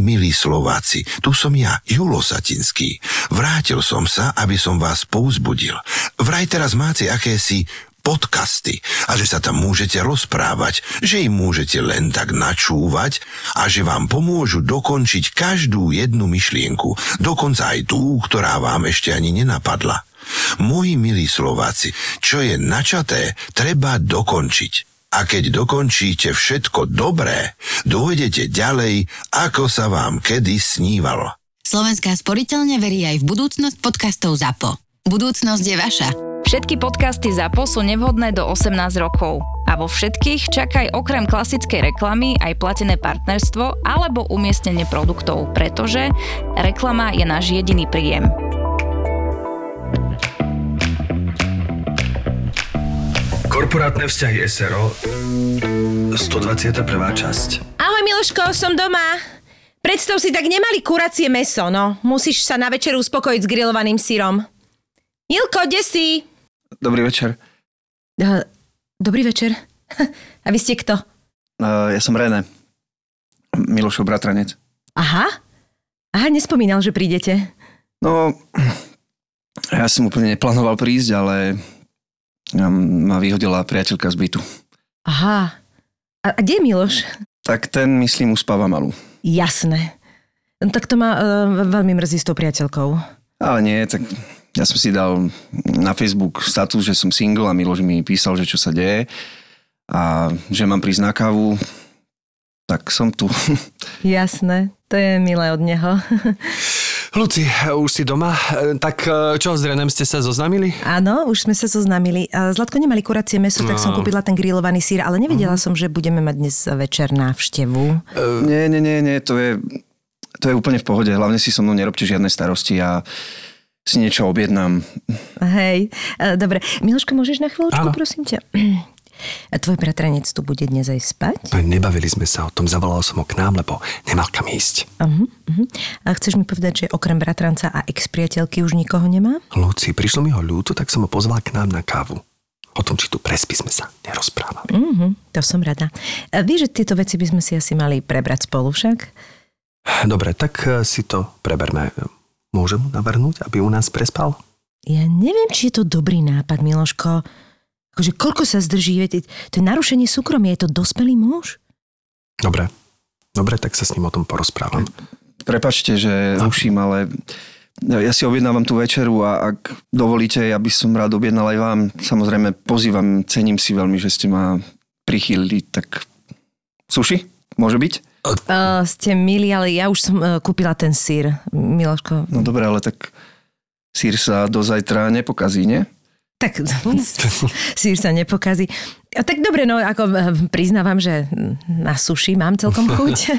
Moji milí Slováci, tu som ja, Julo Satinský. Vrátil som sa, aby som vás povzbudil. Vraj teraz máte akési podcasty a že sa tam môžete rozprávať, že im môžete len tak načúvať a že vám pomôžu dokončiť každú jednu myšlienku, dokonca aj tú, ktorá vám ešte ani nenapadla. Moji milí Slováci, čo je načaté, treba dokončiť. A keď dokončíte všetko dobré, dojdete ďalej, ako sa vám kedy snívalo. Slovenská sporiteľne verí aj v budúcnosť podcastov ZAPO. Budúcnosť je vaša. Všetky podcasty ZAPO sú nevhodné do 18 rokov. A vo všetkých čakaj okrem klasickej reklamy aj platené partnerstvo alebo umiestnenie produktov, pretože reklama je náš jediný príjem. Korporátne vzťahy SRO 121. časť. Ahoj Miloško, som doma. Predstav si, tak nemali kuracie mäso, no. Musíš sa na večer uspokojiť s grillovaným syrom. Milko, kde si? Dobrý večer. Dobrý večer. A vy ste kto? Ja som René. Milošov bratranec. Aha, nespomínal, že prídete. No, ja som úplne neplánoval prísť, ale ma vyhodila priateľka z bytu. Aha. A kde je Miloš? Tak ten, myslím, uspáva malú. Jasné. Tak to ma veľmi mrzí s tou priateľkou. Ale nie, tak ja som si dal na Facebook status, že som single a Miloš mi písal, že čo sa deje a že mám prísť na kávu. Tak som tu. Jasné, to je milé od neho. Luci, už si doma? Tak čo, s Renem ste sa zoznámili? Áno, už sme sa zoznámili. Zlatko, nemali kuracie mäso, tak som kúpila ten grillovaný syr, ale nevedela som, že budeme mať dnes večer návštevu. Nie, to je úplne v pohode. Hlavne si so mnou nerobte žiadne starosti a si niečo objednám. Hej, dobre. Miloško, môžeš na chvíľočku, Áno. prosím ťa? Tvoj bratranec tu bude dnes aj spať? Nebavili sme sa o tom, zavolal som ho k nám, lebo nemal kam ísť. A chceš mi povedať, že okrem bratranca a ex-priateľky už nikoho nemá? Luci, prišlo mi ho ľúto, tak som ho pozval k nám na kávu. O tom, či tu prespí, sme sa nerozprávali. To som rada. Vieš, že tieto veci by sme si asi mali prebrať spolu však? Dobre, tak si to preberme. Môžem mu navrhnúť, aby u nás prespal? Ja neviem, či je to dobrý nápad, Miloško. Akože koľko sa zdrží, to je narušenie súkromia, je to dospelý muž? Dobre, tak sa s ním o tom porozprávam. Prepáčte, že ruším, ale ja si objednávam tú večeru a ak dovolíte, ja by som rád objednal aj vám. Samozrejme, pozývam, cením si veľmi, že ste ma prichýlili, tak sushi? Môže byť? Ste milí, ale ja už som kúpila ten syr, Miloško. No dobre, ale tak syr sa do zajtra nepokazí, nie? Tak sír sa nepokazí. Tak dobre, no ako priznávam, že na sushi mám celkom chuť.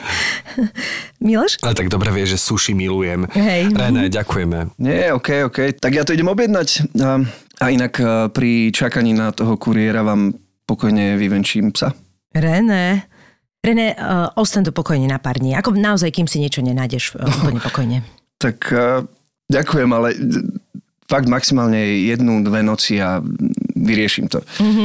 Miloš? Ale tak dobre vieš, že sushi milujem. Hej. René, ďakujeme. Nie, OK. Tak ja to idem objednať. A inak pri čakaní na toho kuriéra vám pokojne vyvenčím psa. René, ostaň tu pokojne na pár dní. Ako naozaj, kým si niečo nenájdeš, úplne pokojne. Tak ďakujem, ale fakt maximálne 1-2 noci a vyrieším to.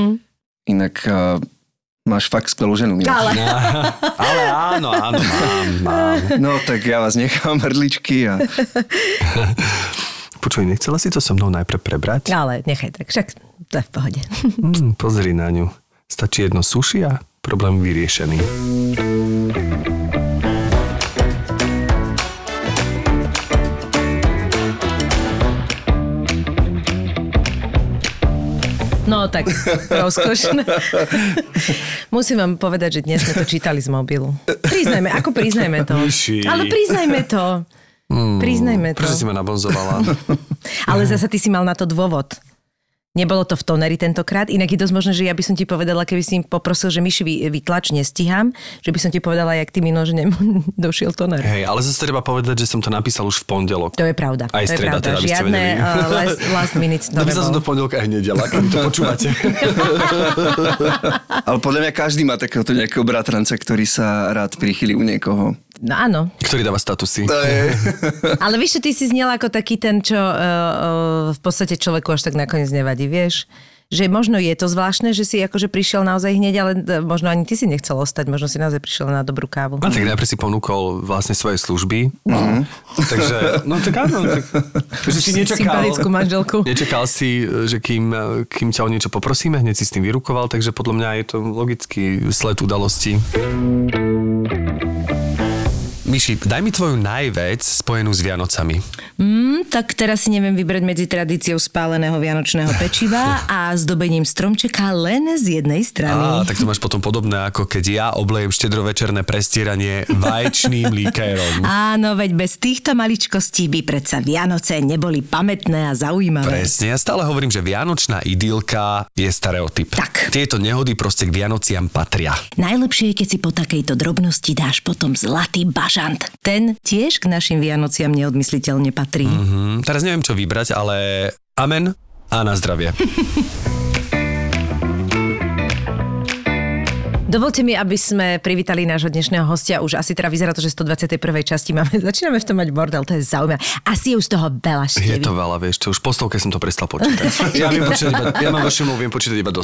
Inak máš fakt skvelú ženu, Miloš. Ale áno, mám. No tak ja vás nechám hrdličky a... Počuj, nechcela si to so mnou najprv prebrať? Ale nechaj tak, však to je v pohode. Pozri na ňu. Stačí jedno sushi a problém vyriešený. No tak, rozkošné. Musím vám povedať, že dnes sme to čítali z mobilu. Priznajme to. Ale priznajme to. Prečo si ma nabonzovala? Ale zasa ty si mal na to dôvod. Nebolo to v toneri tentokrát, inak je dosť možné, že ja by som ti povedala, keby si poprosil, že Myši vytlač, nestíham, že by som ti povedala, jak ty mi nožne došiel toner. Hej, ale zase treba povedať, že som to napísal už v pondelok. To je pravda. Aj streda, teda by ste žiadne last minute nového. Napísal som to v pondelok aj nedeľa, keď to počúvate. Ale podľa mňa každý má takéhoto nejakého bratranca, ktorý sa rád prichýli u niekoho. No áno. Ktorý dáva statusy. Ale víš, ty si znela ako taký ten, čo v podstate človeku až tak nakoniec nevadí, vieš? že možno je to zvláštne, že si akože prišiel naozaj hneď, ale možno ani ty si nechcel ostať, možno si naozaj prišiel na dobrú kávu. A tak najprv si ponúkol vlastne svoje služby. Takže, no tak áno. Takže si nečakal. Sympatickú manželku. Nečakal si, že kým ťa o niečo poprosíme, hneď si s tým vyrukoval, takže podľa mňa je to logický sled udalostí. Miši, daj mi tvoju najvec spojenú s Vianocami. Tak teraz si neviem vybrať medzi tradíciou spáleného vianočného pečiva a zdobením stromčeka len z jednej strany. Tak to máš potom podobné, ako keď ja oblejem štedrovečerné prestieranie vaječným likérom. Áno, veď bez týchto maličkostí by predsa Vianoce neboli pamätné a zaujímavé. Presne, ja stále hovorím, že vianočná idylka je stereotyp. Tak. Tieto nehody proste k Vianociam patria. Najlepšie je, keď si po takejto drobnosti dáš potom zlatý bažant. Ten tiež k našim Vianociam neodmysliteľne patrí. Teraz neviem, čo vybrať, ale amen a na zdravie. Dovolte mi, aby sme privítali nášho dnešného hostia. Už asi teda vyzerá to, že 121. časti začíname v tom mať bordel, to je zaujímavé. Asi je už z toho veľa števy. Je to veľa, vieš čo, už po stovke som to prestal počítať. Ja mám vašemu, viem počítať iba do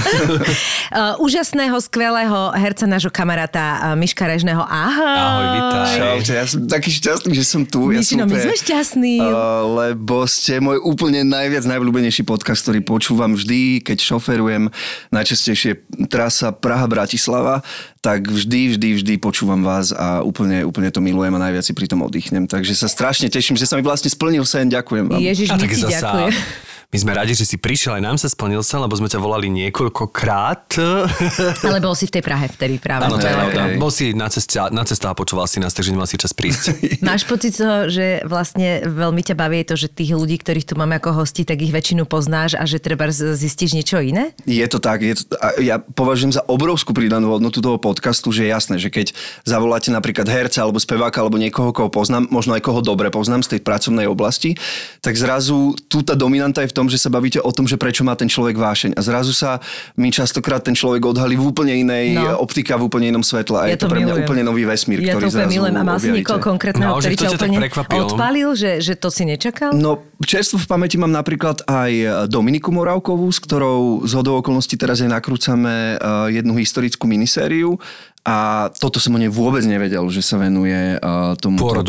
100. Úžasného, skvelého herca nášho kamaráta Miška Režného. Ahoj. Ahoj, vítaj. Čaute, ja som taký šťastný, že som tu. Mišino, my sme šťastní. Lebo ste môj úplne najobľúbenejší podcast, ktorý počúvam vždy, keď šoferujem. Najčastejšie trasa Praha-Bratislava, tak vždy počúvam vás a úplne to milujem a najviac si pri tom oddychnem. Takže sa strašne teším, že sa mi vlastne splnil sen. Ďakujem vám. Ježiš, my ti ďakujem. My sme radi, že si prišiel, aj nám sa splnil sen, lebo sme ťa volali niekoľkokrát. Ale bol si v tej Prahe vtedy práve. Áno, to je pravda. Bol si na ceste a počúval si nás, takže nemal si čas prísť. Máš pocit toho, že vlastne veľmi ťa baví to, že tých ľudí, ktorých tu máme ako hosti, tak ich väčšinu poznáš a že treba zistíš niečo iné? Je to tak. Ja považujem za obrovskú pridanú hodnotu toho podcastu, že je jasné, že keď zavoláte napríklad herca alebo speváka alebo niekoho, koho poznám, možno aj koho dobre poznám z tej pracovnej oblasti, tak zrazu tu tá dominanta je v tom, že sa bavíte o tom, že prečo má ten človek vášeň. A zrazu sa mi častokrát ten človek odhalí v úplne inej optike, v úplne inom svetle. A je to pre mňa úplne nový vesmír, ktorý zrazu milujem. A mal si niekoho konkrétneho, ktorý ťa úplne odpálil, že to si nečakal? No, čerstvo v pamäti mám napríklad aj Dominiku Moravkovú, s ktorou zhodou okolností teraz aj nakrúcame jednu historickú minisériu. A toto som o nej vôbec nevedel, že sa venuje tomu pôrodu.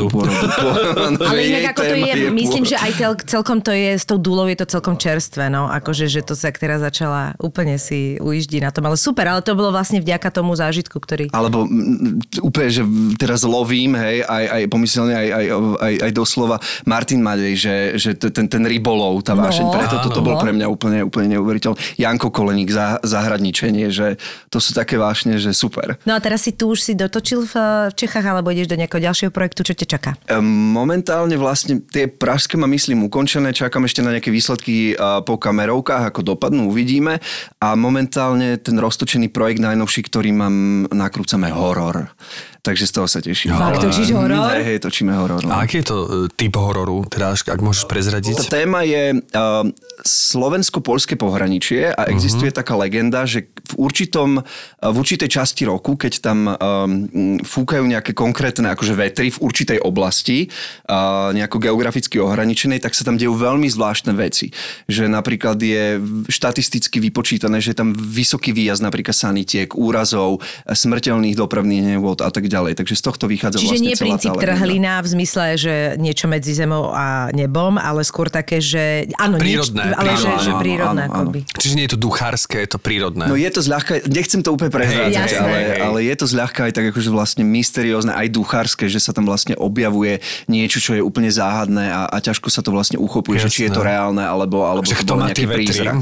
Ale inak ako to je, myslím, že aj celkom to je, s tou dúlou je to celkom čerstvé, no. Akože, že to sa teraz začala úplne si ujíždiť na tom. Ale super, ale to bolo vlastne vďaka tomu zážitku, ktorý... Alebo úplne, že teraz lovím, hej, aj pomyselne, aj doslova Martin Madej, že ten rybolov, tá vášeň, preto toto bol pre mňa úplne neuveriteľné. Janko Koleník, zahradničenie, že to sú také vášne, že super. No a teraz si tu už si dotočil v Čechách, alebo ideš do nejakého ďalšieho projektu, čo ťa čaká? Momentálne vlastne tie pražské mám, myslím, ukončené, čakám ešte na nejaké výsledky po kamerovkách, ako dopadnú, uvidíme. A momentálne ten roztočený projekt najnovší, ktorý mám, nakrúcame horor. Takže z toho sa teším. Fakt, točíš horor? Hej, točíme horor. No. A aký je to typ hororu, teda ak môžeš prezradiť? Tá téma je slovensko-poľské pohraničie a existuje taká legenda, že v určitej časti roku, keď tam fúkajú nejaké konkrétne akože vetry v určitej oblasti, nejako geograficky ohraničenej, tak sa tam dejú veľmi zvláštne veci. Že napríklad je štatisticky vypočítané, že je tam vysoký výjazd napríklad sanitiek, úrazov, smrteľných dopravných nehôd a tak ďalej. Takže z tohto vychádza Čiže vlastne nie princíp trhlina v zmysle, že niečo medzi zemou a nebom, ale skôr také, že áno, prírodné. Že prírodné. Áno. Čiže nie je to duchárske, je to prírodné. No je to zľahka, nechcem to úplne prezrádzať, ale je to zľahka aj tak akože vlastne mysteriózne, aj duchárske, že sa tam vlastne objavuje niečo, čo je úplne záhadné a ťažko sa to vlastne uchopuje, že či je to reálne, alebo že to bol nejaký prízrak.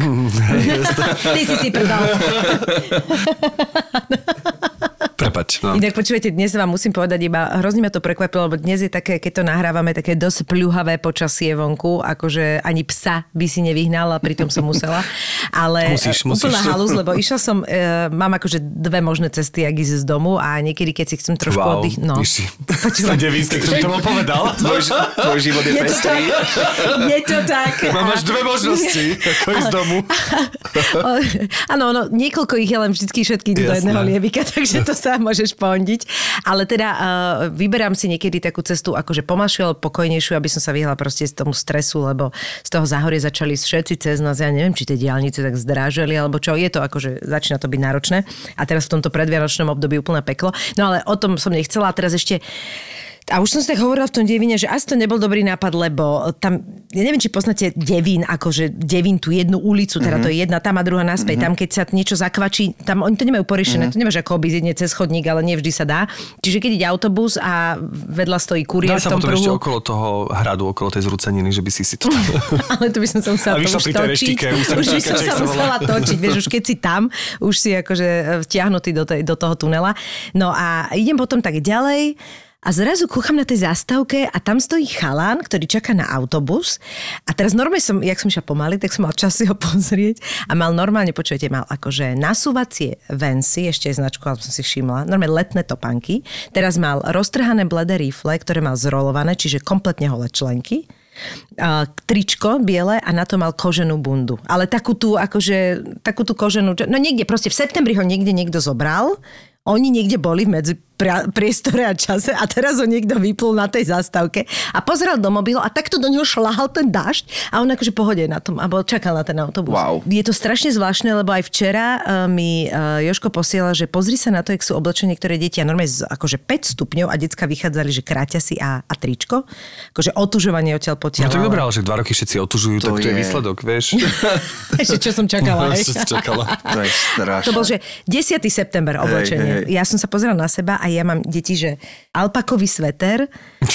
Ty si prdal. Prepač. No. Inak počujete, dnes vám musím povedať iba, hrozne ma to prekvapilo, lebo dnes je také, keď to nahrávame, také dosť pľuhavé počasie vonku, akože ani psa by si nevyhnala, pritom som musela. Ale musíš. Úplná halus, lebo išla som, mám akože dve možné cesty, ak ísť z domu a niekedy, keď si chcem trošku oddych. No. Počúvaj. Ktorý to bol povedal? Tvoj život je pestrý. Je to tak. Máš dve možnosti, ako ísť z domu. Áno, niekoľko ich je len vždycky všetky do jedného lievika, takže to sa môžeš pondiť. Ale teda vyberám si niekedy takú cestu akože pomalšiu, ale pokojnejšiu, aby som sa vyhla proste z tomu stresu, lebo z toho Záhorie začali všetci cez nás, ja neviem, či tie diaľnice tak zdrážali, alebo čo, je to akože, začína to byť náročné. A teraz v tomto predvianočnom období úplne peklo. No ale o tom som nechcela, a teraz ešte a už som si tak hovorila v tom Devíne, že asi to nebol dobrý nápad, lebo tam, ja neviem, či poznáte Devín, akože Devín, tú jednu ulicu, teda to je jedna tam a druhá naspäť. Tam, keď sa niečo zakvačí, tam oni to nemajú poriešené, to nemáš ako obísť jedne cez chodník, ale nie vždy sa dá. Čiže keď ide autobus a vedľa stojí kuriér v tom potom ešte pruhu. okolo toho hradu, okolo tej zrúceniny, že by si to... Ale to by som sa musela to už točiť. Už by som sa musela točiť, vieš, už keď si tam, už si akože vtiahnutý do toho tunela. No a idem potom tak ďalej. A zrazu kúcham na tej zastávke a tam stojí chalán, ktorý čaká na autobus. A teraz normálne jak som išla pomaly, tak som mal čas si ho pozrieť. A mal normálne, počujete, mal akože nasúvacie vensy, ešte aj značku, ale som si všimla, normálne letné topánky. Teraz mal roztrhané bledé rifle, ktoré mal zrolované, čiže kompletne holé členky. Tričko biele a na to mal koženú bundu. Ale takú tú koženú, no niekde proste v septembri ho niekto zobral. Oni niekde boli medzi priestore a čase a teraz ho niekto vyplul na tej zastávke a pozeral do mobilu a takto do neho šľahal ten dážď a on akože pohode na tom, alebo čakal na ten autobus. Wow. Je to strašne zvláštne, lebo aj včera mi Jožko posielal, že pozri sa na to, jak sú oblečenie niektoré deti a normálne akože 5 stupňov a decka vychádzali, že kráťasy a tričko. Akože otužovanie odtiaľ potiaľ. No tak dobré, ale že 2 roky všetci otužujú, tak to je výsledok, vieš. Ešte čo som čakala. To je strašné. To bol, že 10. september oblečenie. Ja som sa pozerala na seba a ja mám deti, že alpakový sveter.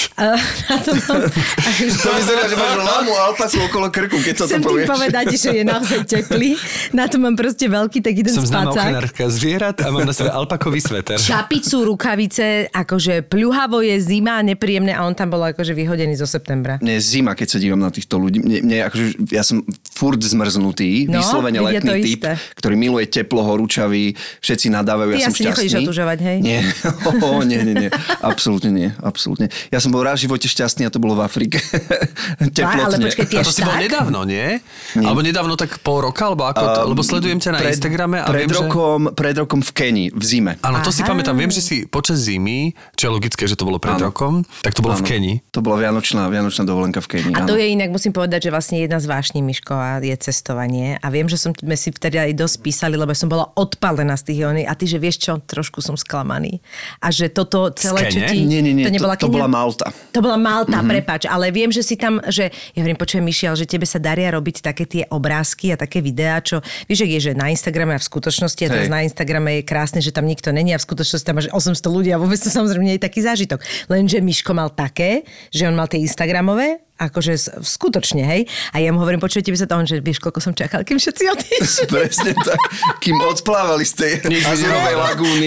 Na to mám... To vyzerá, že máš lámu alpaku okolo krku, keď sa to povieš. Chcem ti povedať, že je naozaj teplý. Na to mám proste veľký taký ten spacák. Som známa ochranárka zvierat a mám na sebe alpakový sveter. Čapicu, rukavice, akože pľuhavo je zima, nepríjemné a on tam bol akože vyhodený zo septembra. Mne je zima, keď sa dívam na týchto ľudí. Ja som furt zmrznutý, vyslovene letný typ, ktorý miluje teplo, horúčavý, všetci nadávajú, ja som šťastný. Ty asi nechodíš otužovať, hej? Nie. Nie. Absolútne nie. Ja som bol raz v živote šťastný a to bolo v Afrike. Teplotne. Ale počkaj, ty a to si bol nedávno, nie? Alebo nedávno tak pol roka, alebo ako lebo sledujem ťa na Instagrame a pred rokom v Kenii, v zime. Áno, to si pamätám. Viem, že si počas zimy, čo je logické, že to bolo pred rokom, tak to bolo v Kenii. To bola vianočná dovolenka v Kenii. A to je inak, musím povedať, že vlastne jedna z vášní, Miško, a je cestovanie. A viem, že sme si vtedy aj dosť písali, lebo som bola odpálená z tých jóny. A ty, že vieš čo, trošku som sklamaný. A že toto celé, čo ti... Nie, to nebola to bola Malta. To bola Malta, prepáč, ale viem, že si tam, že ja hovorím, počujem, Mišiel, že tebe sa daria robiť také tie obrázky a také videá, čo vieš, je, že na Instagrame a v skutočnosti, a teraz na Instagrame je krásne, že tam nikto není a v skutočnosti tam máš 800 ľudí a vôbec to samozrejme nie je taký zážitok. Lenže Miško mal také, že on mal tie Instagramové, akože skutočne, hej. A ja mu hovorím, počujete by sa toho, že vieš, koľko som čakal, kým všetci odišli. Presne tak. Kým odplávali z tej azurovej lagúny.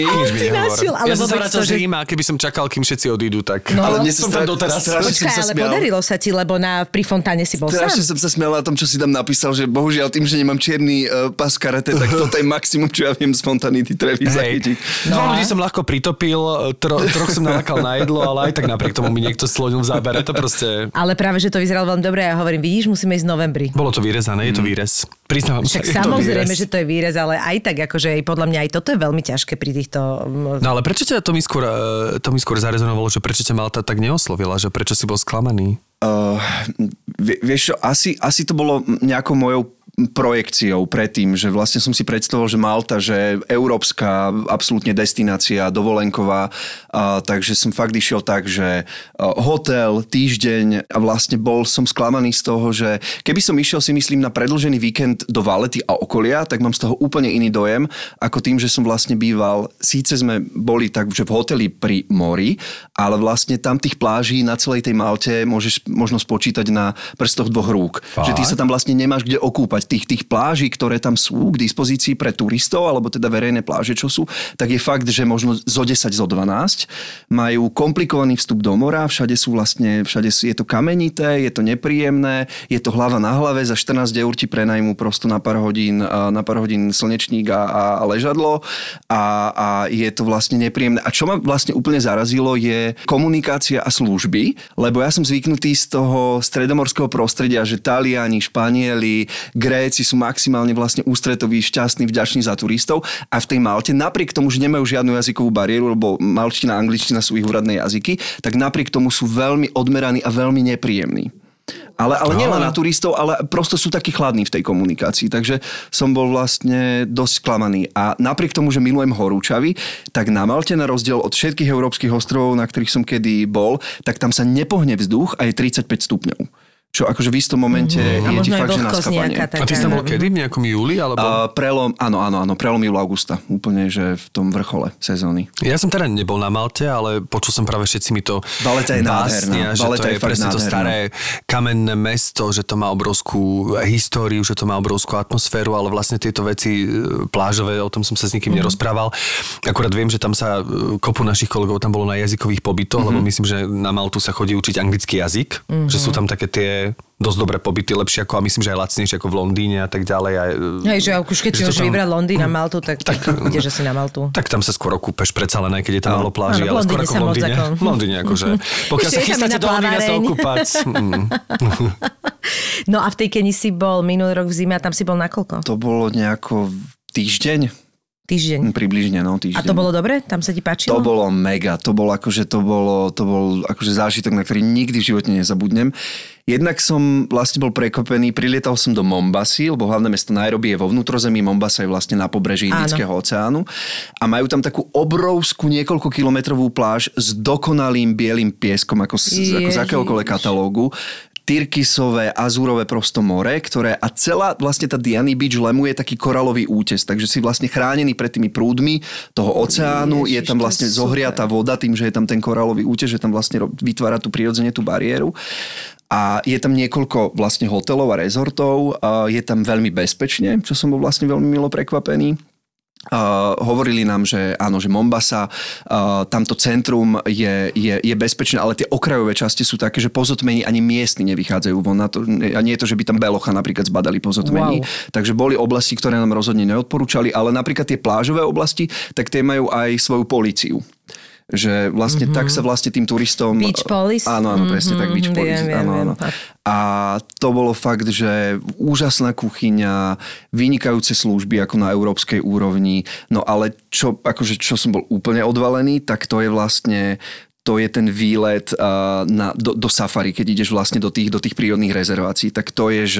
Ja som sa vrátil z Ríma, keby som čakal, kým všetci odídu, tak... No, ale som tam doteraz. Počkaj, ale podarilo sa ti, lebo pri fontáne si bol sám. Strašne som sa smial na tom, čo si tam napísal, že bohužiaľ tým, že nemám čierny pas karate, tak toto je maximum, čo ja viem z fontanity Trevi zachytiť. Dva ľudí som ľahko pritopil, troch som nalakal na jedlo, ale aj tak napriek tomu mi niekto slonil v zábere, to proste... Ale práve že to vyzeralo veľmi dobre a ja hovorím, vidíš, musíme ísť v novembri. Bolo to vyrezané, je to výrez. Priznávam sa, je to samozrejme, výrez. Že to je výrez, ale aj tak, akože podľa mňa aj toto je veľmi ťažké pri týchto... No ale prečo ťa to mi skôr zarezonovalo, že prečo ťa Malta tak neoslovila, že prečo si bol sklamaný? Vieš čo, asi to bolo nejakou mojou projekciou predtým, že vlastne som si predstavoval, že Malta, že európska absolútne destinácia, dovolenková, takže som fakt išiel tak, že hotel, týždeň a vlastne bol som sklamaný z toho, že keby som išiel si myslím na predĺžený víkend do Valety a okolia, tak mám z toho úplne iný dojem, ako tým, že som vlastne býval, síce sme boli tak, že v hoteli pri mori, ale vlastne tam tých pláží na celej tej Malte môžeš možno spočítať na prstoch 2 rúk. Fakt? Že ty sa tam vlastne nemáš kde okúpať. Tých pláží, ktoré tam sú k dispozícii pre turistov, alebo teda verejné pláže, čo sú, tak je fakt, že možno zo 10, zo 12 majú komplikovaný vstup do mora, všade je to kamenité, je to nepríjemné, je to hlava na hlave, za 14 eur ti prenajmú prosto na pár hodín slnečník a ležadlo a je to vlastne nepríjemné. A čo ma vlastne úplne zarazilo je komunikácia a služby, lebo ja som zvyknutý z toho stredomorského prostredia, že Taliani, Španieli, Gréci sú maximálne vlastne ústretoví, šťastní, vďační za turistov a v tej Malte, napriek tomu, že nemajú žiadnu jazykovú bariéru, lebo malčtina a angličtina sú ich úradné jazyky, tak napriek tomu sú veľmi odmeraní a veľmi nepríjemní. Ale nielen na turistov, ale prosto sú takí chladní v tej komunikácii. Takže som bol vlastne dosť sklamaný. A napriek tomu, že milujem horúčavy, tak na Malte, na rozdiel od všetkých európskych ostrovov, na ktorých som kedy bol, tak tam sa nepohne vzduch a je 35 stupňov. Čo akože v istom momente je ti fakt, že na skapanie. A ty si tam bol kedy? V nejakom júli? Alebo... Prelom júla, augusta. Úplne, že v tom vrchole sezóny. Ja som teda nebol na Malte, ale počul som práve všetci mi to Valeta je nádherná. Že to je presne to staré kamenné mesto, že to má obrovskú históriu, že to má obrovskú atmosféru, ale vlastne tieto veci plážové, o tom som sa s nikým nerozprával. Akurát viem, že tam sa kopu našich kolegov tam bolo na jazykových pobytoch, lebo myslím, že na Maltu sa chodí učiť anglický jazyk, že sú tam také tie dosť dobré pobyty, lepšie ako, a myslím, že aj lacnejšie ako v Londýne a tak ďalej. Hej, že už keď si môžeš vybrať Londýn a Maltu, tak ideš asi na Maltu. Tak tam sa skôr okúpeš predsa len, aj keď je tam málo pláži, ale skôr ako v Londýne. V Londýne akože. Pokiaľ sa chystáte do Londýna sa okúpať. No a v tej Keni si bol minulý rok v zime a tam si bol na koľko? To bolo nejako týždeň. Približne, no týždeň. A to bolo dobre? Tam sa ti páčilo? To bolo mega. To bol akože zážitok, na ktorý nikdy v živote nezabudnem. Jednak som vlastne bol prekvapený, prilietal som do Mombasy, lebo hlavné mesto Nairobi je vo vnútrozemí, Mombasa je vlastne na pobreží Indického oceánu a majú tam takú obrovskú niekoľko kilometrovú pláž s dokonalým bielým pieskom, ako z akéhokoľvek katalógu. Tyrkysové, azúrové prosto more, ktoré a celá vlastne tá Diani Beach lemuje taký koralový útes, takže si vlastne chránený pred tými prúdmi toho oceánu, je tam vlastne zohriatá voda tým, že je tam ten koralový útes, že tam vlastne vytvára tú prirodzene tú bariéru. A je tam niekoľko vlastne hotelov a rezortov, je tam veľmi bezpečne, čo som bol vlastne veľmi milo prekvapený. Hovorili nám, že áno, že Mombasa, tamto centrum je bezpečné, ale tie okrajové časti sú také, že po zotmení ani miestni nevychádzajú von na to. A nie je to, že by tam belocha napríklad zbadali po zotmení. Wow. Takže boli oblasti, ktoré nám rozhodne neodporúčali, ale napríklad tie plážové oblasti, tak tie majú aj svoju políciu. Že vlastne tak sa vlastne tým turistom... Beach police? Áno, presne tak, beach police. Áno. A to bolo fakt, že úžasná kuchyňa, vynikajúce služby ako na európskej úrovni, no ale čo som bol úplne odvalený, tak to je vlastne... To je ten výlet do safari, keď ideš vlastne do tých prírodných rezervácií, tak to je,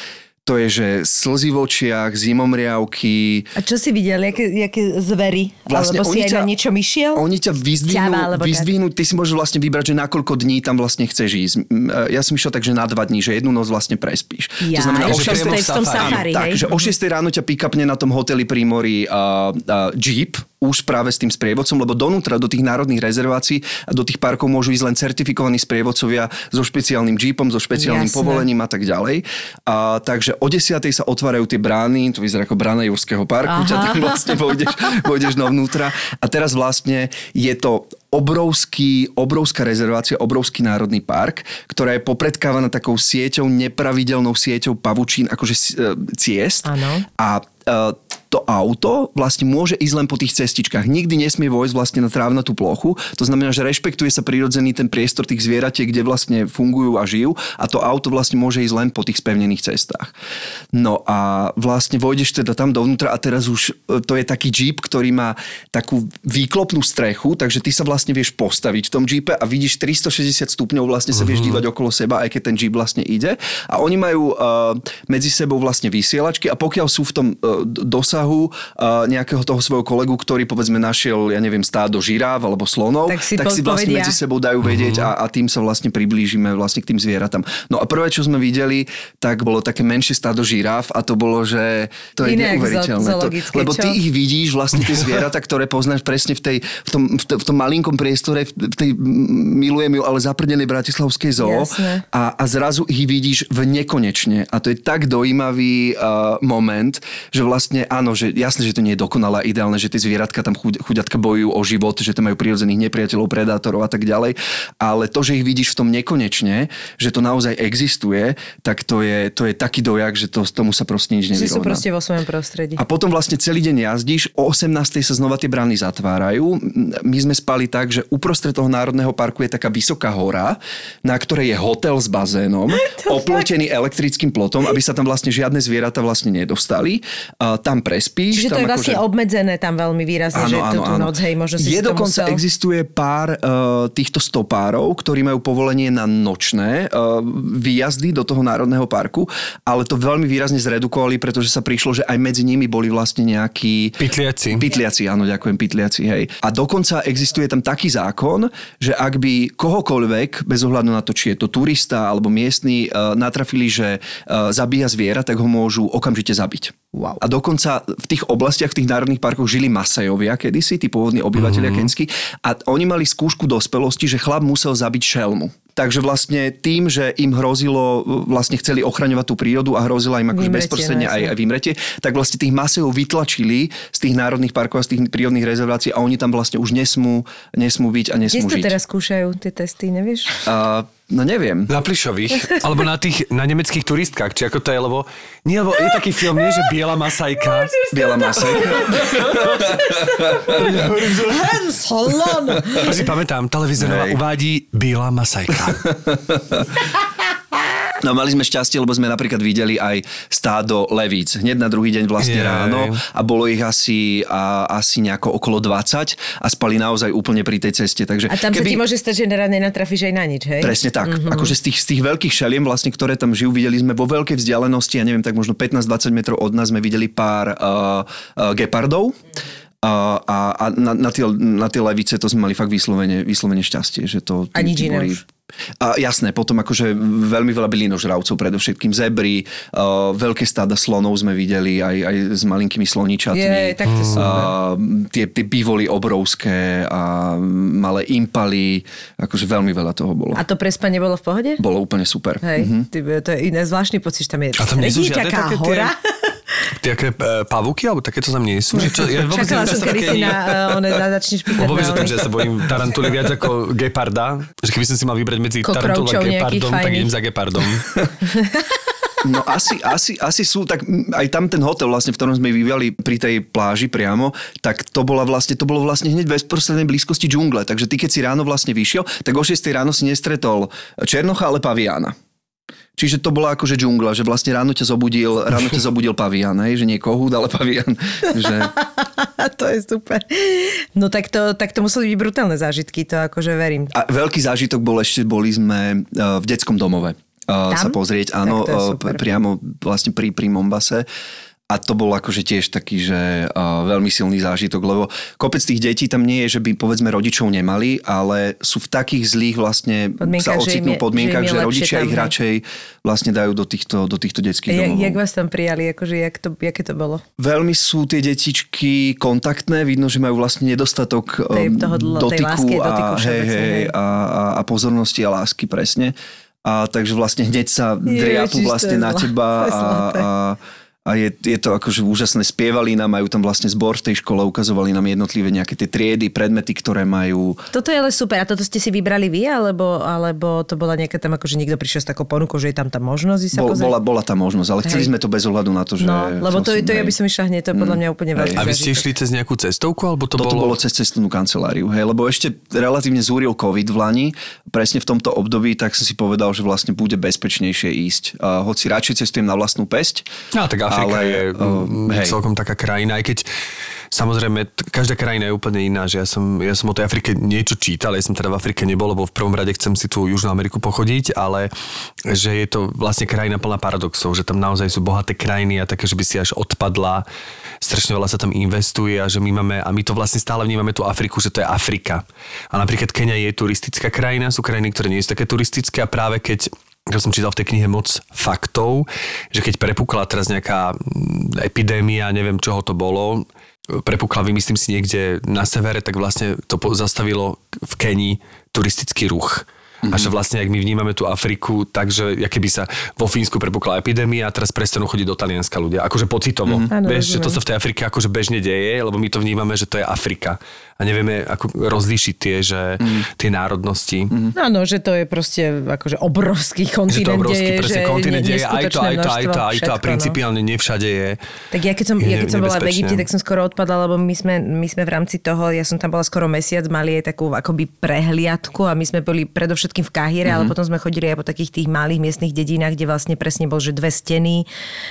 že slzy v očiach, zimomriavky. A čo si videl? Jaké zvery? Vlastne alebo si aj na niečo myšiel? Oni ťa vyzdvihnú, ty si môžeš vlastne vybrať, že na koľko dní tam vlastne chceš ísť. Ja som išiel tak, že na 2 dní, že jednu noc vlastne prespíš. Ja, to znamená, že v tom safari. Tak, že o 6 ráno ťa pick-upne na tom hoteli pri mori Jeep, už práve s tým sprievodcom, lebo donútra, do tých národných rezervácií a do tých parkov môžu ísť len certifikovaní sprievodcovia so špeciálnym jeepom, so špeciálnym povolením a tak ďalej. Takže o 10:00 sa otvárajú tie brány, to vyzerá ako brána Jurského parku, ťa tam vlastne vojdeš dovnútra. A teraz vlastne je to obrovská rezervácia, obrovský národný park, ktorá je popredkávaná takou sieťou, nepravidelnou sieťou pavučín, akože ciest. Áno. A to auto vlastne môže ísť len po tých cestičkách. Nikdy nesmie vojsť vlastne na trávnatú plochu. To znamená, že rešpektuje sa prirodzený ten priestor tých zvieratiek, kde vlastne fungujú a žijú, a to auto vlastne môže ísť len po tých spevnených cestách. No a vlastne vojdeš teda tam dovnútra a teraz už to je taký Jeep, ktorý má takú výklopnú strechu, takže ty sa vlastne vieš postaviť v tom Jeepe a vidíš 360 stupňov, vlastne sa vieš dívať okolo seba, aj keď ten Jeep vlastne ide. A oni majú medzi sebou vlastne vysielačky a pokiaľ sú v tom dosahu nejakého toho svojho kolegu, ktorý povedzme našiel, ja neviem, stádo žiráv alebo slonov, tak si vlastne medzi sebou dajú vedieť a tým sa vlastne priblížime vlastne k tým zvieratám. No a prvé, čo sme videli, tak bolo také menšie stádo žiráv a to bolo, že to je neuveriteľné. Lebo ty ich vidíš, vlastne tie zvieratá, ktoré poznáš presne v tom malinkom priestore, v tej, milujem ju, ale zaprdenej bratislavskej zoo a zrazu ich vidíš v nekonečne. A to je tak dojímavý moment, že vlastne áno, že jasné, že to nie je dokonalé, ideálne, že tie zvieratka tam chuďatka bojujú o život, že tam majú prirodzených nepriateľov, predátorov a tak ďalej, ale to, že ich vidíš v tom nekonečne, že to naozaj existuje, tak to je taký dojak, že tomu sa proste nič nevyrovná. Že sú proste vo svojom prostredí. A potom vlastne celý deň jazdíš, o 18:00 sa znova tie brány zatvárajú. My sme spali tak, že uprostred toho národného parku je taká vysoká hora, na ktorej je hotel s bazénom, oplotený elektrickým plotom, aby sa tam vlastne žiadne zvieratá vlastne nedostali. Tam prespíš. Čiže to je vlastne obmedzené tam veľmi výrazne, že tú noc, hej, možno si je to dokonca musel... existuje pár týchto stopárov, ktorí majú povolenie na nočné výjazdy do toho národného parku, ale to veľmi výrazne zredukovali, pretože sa prišlo, že aj medzi nimi boli vlastne nejakí... Pytliaci, áno, ďakujem, pytliaci, hej. A dokonca existuje tam taký zákon, že ak by kohokoľvek, bez ohľadu na to, či je to turista alebo miestny, natrafili, že zabíja zviera, tak ho môžu okamžite zabiť. Wow. A dokonca v tých oblastiach, v tých národných parkoch žili Masajovia kedysi, tí pôvodní obyvateľia kenskí, a oni mali skúšku dospelosti, že chlap musel zabiť šelmu. Takže vlastne tým, že im hrozilo, vlastne chceli ochraňovať tú prírodu a hrozila im akože bezprostredne aj vymretie, tak vlastne tých Masajov vytlačili z tých národných parkov a z tých prírodných rezervácií a oni tam vlastne už nesmú byť a nesmú žiť. Kde to teraz skúšajú tie testy, nevieš? No neviem. Na Plišových, alebo na nemeckých turistkách, či ako to je, lebo je taký film, nie, že Biela Masajka. Biela Masajka. Hansalon! To si pamätám, televízia uvádí Biela Masajka. No mali sme šťastie, lebo sme napríklad videli aj stádo levíc. Hneď na druhý deň vlastne ráno a bolo ich asi nejako okolo 20 a spali naozaj úplne pri tej ceste. Takže a tam sa ti môže stať, že nenatrafíš aj na nič, hej? Presne tak. Akože z tých veľkých šeliem vlastne, ktoré tam žijú, videli sme vo veľkej vzdialenosti, ja neviem, tak možno 15-20 metrov od nás sme videli pár gepardov. A na tie levice to sme mali fakt vyslovene šťastie, že to... A nič iné už. Jasné, potom akože veľmi veľa bylinožravcov, predovšetkým zebry, veľké stáda slonov sme videli, aj s malinkými sloničatmi. Tak to super. Tie bývoly obrovské a malé impaly, akože veľmi veľa toho bolo. A to prespanie bolo v pohode? Bolo úplne super. Hej, to je iné zvláštny pocit, že tam je taká hora. Také pavúky, alebo takéto tam nie sú? Čakala som, kedy si na začneš pýtať. Lebo vieš o tom, že ja sa bojím tarantuly viac ako geparda. Že keby som si mal vybrať medzi tarantulou a gepardom, tak idem za gepardom. No asi sú, tak aj tam ten hotel vlastne, v ktorom sme bývali pri tej pláži priamo, tak to bolo vlastne hneď v bezprostrednej blízkosti džungle. Takže ty, keď si ráno vlastne vyšiel, tak o 6 ráno si nestretol černocha, ale paviána. Čiže to bola akože džungla, že vlastne ráno ťa zobudil pavián, hej? Že nie kohút, ale pavián. Že... To je super. No tak to museli byť brutálne zážitky, to akože verím. A veľký zážitok boli sme v detskom domove. Sa pozrieť, áno, priamo vlastne pri Mombase. A to bol akože tiež taký, že veľmi silný zážitok, lebo kopec tých detí tam nie je, že by povedzme rodičov nemali, ale sú v takých zlých vlastne sa ocitnú podmienkach, že rodičia ich radšej vlastne dajú do týchto detských domov. Jak vás tam prijali, akože jaké to bolo? Veľmi sú tie detičky kontaktné, vidno, že majú vlastne nedostatok dotyku a pozornosti a lásky, presne. A takže vlastne hneď sa driapu vlastne na teba a je to akože úžasné. Spievali nám, majú tam vlastne zbor v tej škole, ukazovali nám jednotlivé nejaké tie triedy, predmety, ktoré majú. Toto je ale super. A toto ste si vybrali vy, alebo to bola nejaká tam, akože niekto prišiel s takou ponukou, že je tam tá možnosť sa pozrieť? Bola tá možnosť, ale chceli sme to bez ohľadu na to, že... No, lebo to ja by som išla hneď, to podľa mňa úplne veľký zážitok. A vy ste išli cez nejakú cestovku, alebo to bolo cez cestovnú kanceláriu, hej, lebo ešte relatívne zúril COVID v Lani, presne v tomto období, tak som si povedal, že vlastne bude bezpečnejšie ísť. Hoci radšej cestujem na vlastnú päsť. Tak Afrika je celkom taká krajina, aj keď samozrejme každá krajina je úplne iná, že ja som o tej Afrike niečo čítal, ja som teda v Afrike nebol, lebo v prvom rade chcem si tú Južnú Ameriku pochodiť, ale že je to vlastne krajina plná paradoxov, že tam naozaj sú bohaté krajiny a také, že by si až odpadla, strašne veľa sa tam investuje a že my to vlastne stále vnímame tú Afriku, že to je Afrika. A napríklad Keňa je turistická krajina, sú krajiny, ktoré nie sú také turistické a práve keď som čítal v tej knihe moc faktov, že keď prepukla teraz nejaká epidémia, neviem čoho to bolo, prepukla, vymyslím si niekde na severe, tak vlastne to zastavilo v Kenii turistický ruch. A že vlastne, ak my vnímame tú Afriku, takže keby sa vo Fínsku prepukla epidémia a teraz prestanú chodiť do Talianska ľudia. Akože pocitovo. Vieš, že to sa v tej Afrike akože bežne deje, lebo my to vnímame, že to je Afrika. A nevieme ako rozlíšiť tie národnosti. Áno, že to je proste akože obrovský kontinent. Že to obrovský že kontinent je aj to a všetko, principiálne nevšade je. Tak ja keď som bola v Egypte, tak som skoro odpadla, lebo my sme v rámci toho, ja som tam bola skoro mesiac, mali aj takú akoby prehliadku a my sme boli predovšetkým v Káhire, ale potom sme chodili aj po takých tých malých miestnych dedinách, kde vlastne presne bol, že 2 steny,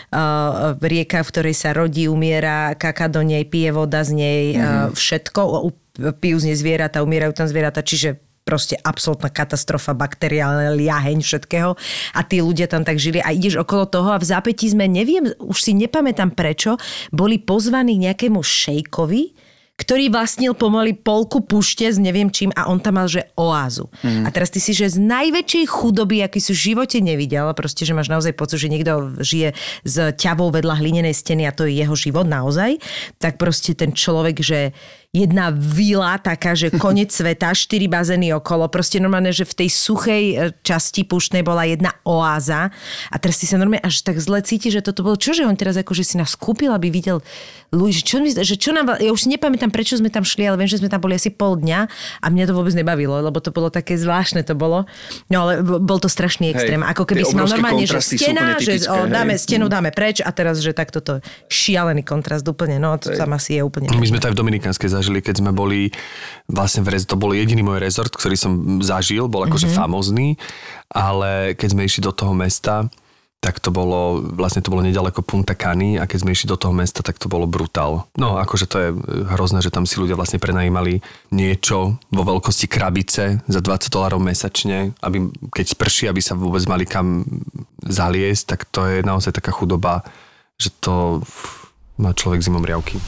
rieka, v ktorej sa rodí, umiera, kaká do nej, pije voda z nej, všetko, pijú z nej zvieratá, umierajú tam zvieratá, čiže proste absolútna katastrofa, bakteriálne liaheň všetkého a tí ľudia tam tak žili a ideš okolo toho a v zápätí sme, neviem, už si nepamätám prečo, boli pozvaní nejakému šejkovi, ktorý vlastnil pomaly polku púšte s neviem čím a on tam mal, že oázu. A teraz ty si, že z najväčšej chudoby, aký si v živote nevidel, proste, že máš naozaj pocit, že niekto žije s ťavou vedľa hlinenej steny a to je jeho život naozaj, tak proste ten človek, že jedna vila taká, že koniec sveta, 4 bazény okolo, proste normálne, že v tej suchej časti púštnej bola jedna oáza a teraz si sa normálne až tak zle cíti, že toto bolo čo, že on teraz akože si nás kúpil, aby videl ľudí, že čo nám, ja už si nepamätám, prečo sme tam šli, ale viem, že sme tam boli asi pol dňa a mňa to vôbec nebavilo, lebo to bolo také zvláštne to bolo. No ale bol to strašný extrém, ako keby si mal normálne, že stena, že dáme preč a teraz, že takto to šialený kontrast úplne, no to tam asi je úplne. My sme to aj v Dominikánskej zažili, keď sme boli vlastne to bol jediný môj rezort, ktorý som zažil, bol akože famózny, ale keď sme išli do toho mesta, tak to bolo nedaleko Punta Cany a keď sme išli do toho mesta, tak to bolo brutál. No akože to je hrozné, že tam si ľudia vlastne prenajímali niečo vo veľkosti krabice za $20 mesačne, aby keď prší, aby sa vôbec mali kam zaliesť, tak to je naozaj taká chudoba, že to má človek zimom riavky.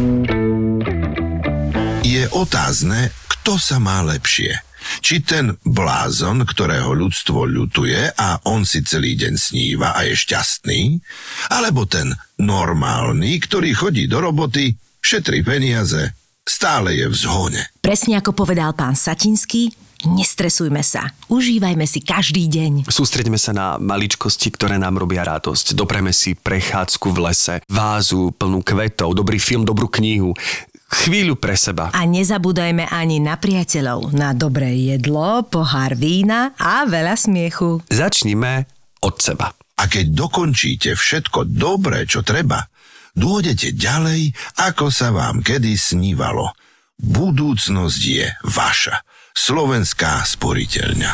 Je otázne, kto sa má lepšie. Či ten blázon, ktorého ľudstvo ľutuje a on si celý deň sníva a je šťastný, alebo ten normálny, ktorý chodí do roboty, šetrí peniaze, stále je v zhone. Presne ako povedal pán Satinský, nestresujme sa, užívajme si každý deň. Sústreďme sa na maličkosti, ktoré nám robia radosť. Dopreme si prechádzku v lese, vázu plnú kvetov, dobrý film, dobrú knihu, chvíľu pre seba. A nezabúdajme ani na priateľov, na dobré jedlo, pohár vína a veľa smiechu. Začnime od seba. A keď dokončíte všetko dobré, čo treba, dôjdete ďalej, ako sa vám kedy snívalo. Budúcnosť je vaša. Slovenská sporiteľňa.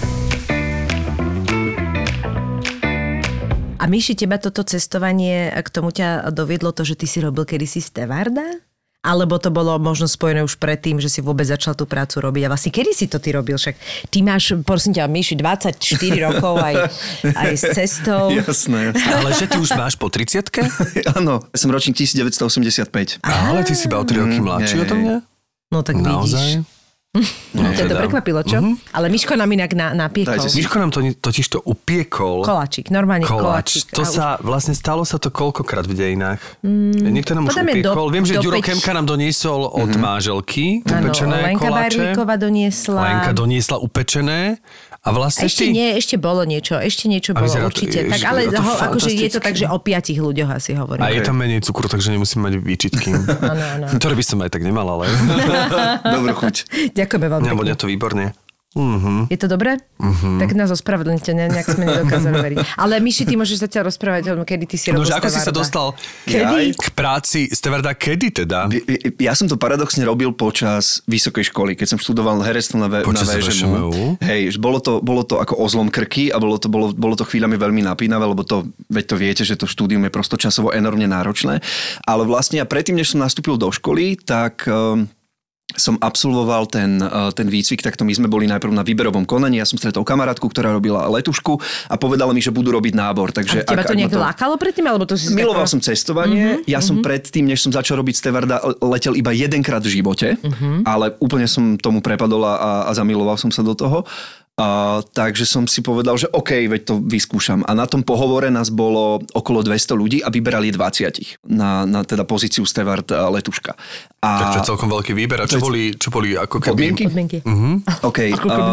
A Miši, teba toto cestovanie, k tomu ťa doviedlo to, že ty si robil kedysi stevarda? Alebo to bolo možno spojené už predtým, že si vôbec začal tú prácu robiť? A vlastne kedy si to ty robil? Však ty máš, prosím ťa, Miši, 24 rokov aj s cestou. Jasné. Ale že ty už máš po 30-ke? Áno, som ročník 1985. Ale ty si iba o 3 roky mladší od mňa? No tak vidíš. No, ťa to prekvapilo, čo? Ale Miško nám inak napiekol. Miško nám totiž to upiekol. Koláčik, normálne koláčik. To sa, vlastne stalo sa to koľkokrát v dejinách. Niekto nám už upiekol. Viem, že Ďuro Kemka nám doniesol od manželky upečené Lenka koláče. Barlíková doniesla. Lenka doniesla upečené. A vlastne ešte bolo niečo bolo určite. Tak, ale akože je to tak, že o 5 ľuďoch asi hovorím. A je tam menej cukru, takže nemusím mať výčitky. Áno. Ktoré by som aj tak nemal, ale... Dobrú chuť. Ďakujeme veľmi pekne. Mňa to výborne. Je to dobré? Tak nás ospravedlňte, nejak sme nedokázali veriť. Ale Miši, ty môžeš zatiaľ rozprávať, kedy ty si robil stevarda. Ako si sa dostal k práci stevarda, kedy teda? Ja som to paradoxne robil počas vysokej školy, keď som študoval herectvo na VŠMU. Hej, bolo to ako o zlom krky a bolo to chvíľami veľmi napínavé, lebo veď to viete, že to štúdium je prosto časovo enormne náročné. Ale vlastne ja predtým, než som nastúpil do školy, tak... som absolvoval ten výcvik, takto my sme boli najprv na výberovom konaní, ja som stretol kamarátku, ktorá robila letušku a povedala mi, že budú robiť nábor. Takže a teba to nejak lákalo predtým? Alebo to si miloval som cestovanie, ja som predtým, než som začal robiť stevarda, letel iba jedenkrát v živote, ale úplne som tomu prepadol a zamiloval som sa do toho. Takže som si povedal, že OK, veď to vyskúšam. A na tom pohovore nás bolo okolo 200 ľudí a vyberali 20 na teda pozíciu stevard letuška. Tak to je celkom veľký výber. A čo boli ako keby... Podmienky. OK.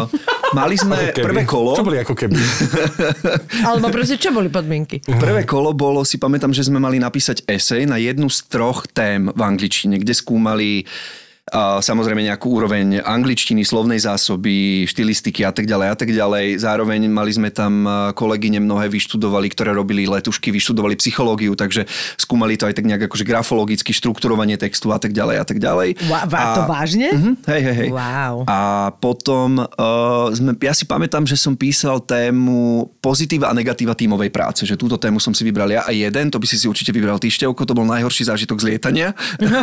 Mali sme prvé kolo. Čo boli ako keby? Alebo proste, čo boli podmienky? Prvé kolo bolo, si pamätám, že sme mali napísať esej na jednu z 3 tém v angličtine, kde skúmali samozrejme nejakú úroveň angličtiny, slovnej zásoby, štilistiky a tak ďalej a tak ďalej. Zároveň mali sme tam kolegyne mnohé vyštudovali, ktoré robili letušky, vyštudovali psychológiu, takže skúmali to aj tak nejak akože grafologicky, štrukturovanie textu a tak ďalej a tak ďalej. To vážne? Hej. Wow. A potom ja si pamätám, že som písal tému pozitíva a negatíva tímovej práce, že túto tému som si vybral ja a jeden, to by si určite vybral ty, Števko, to bol najhorší zážitok z lietania.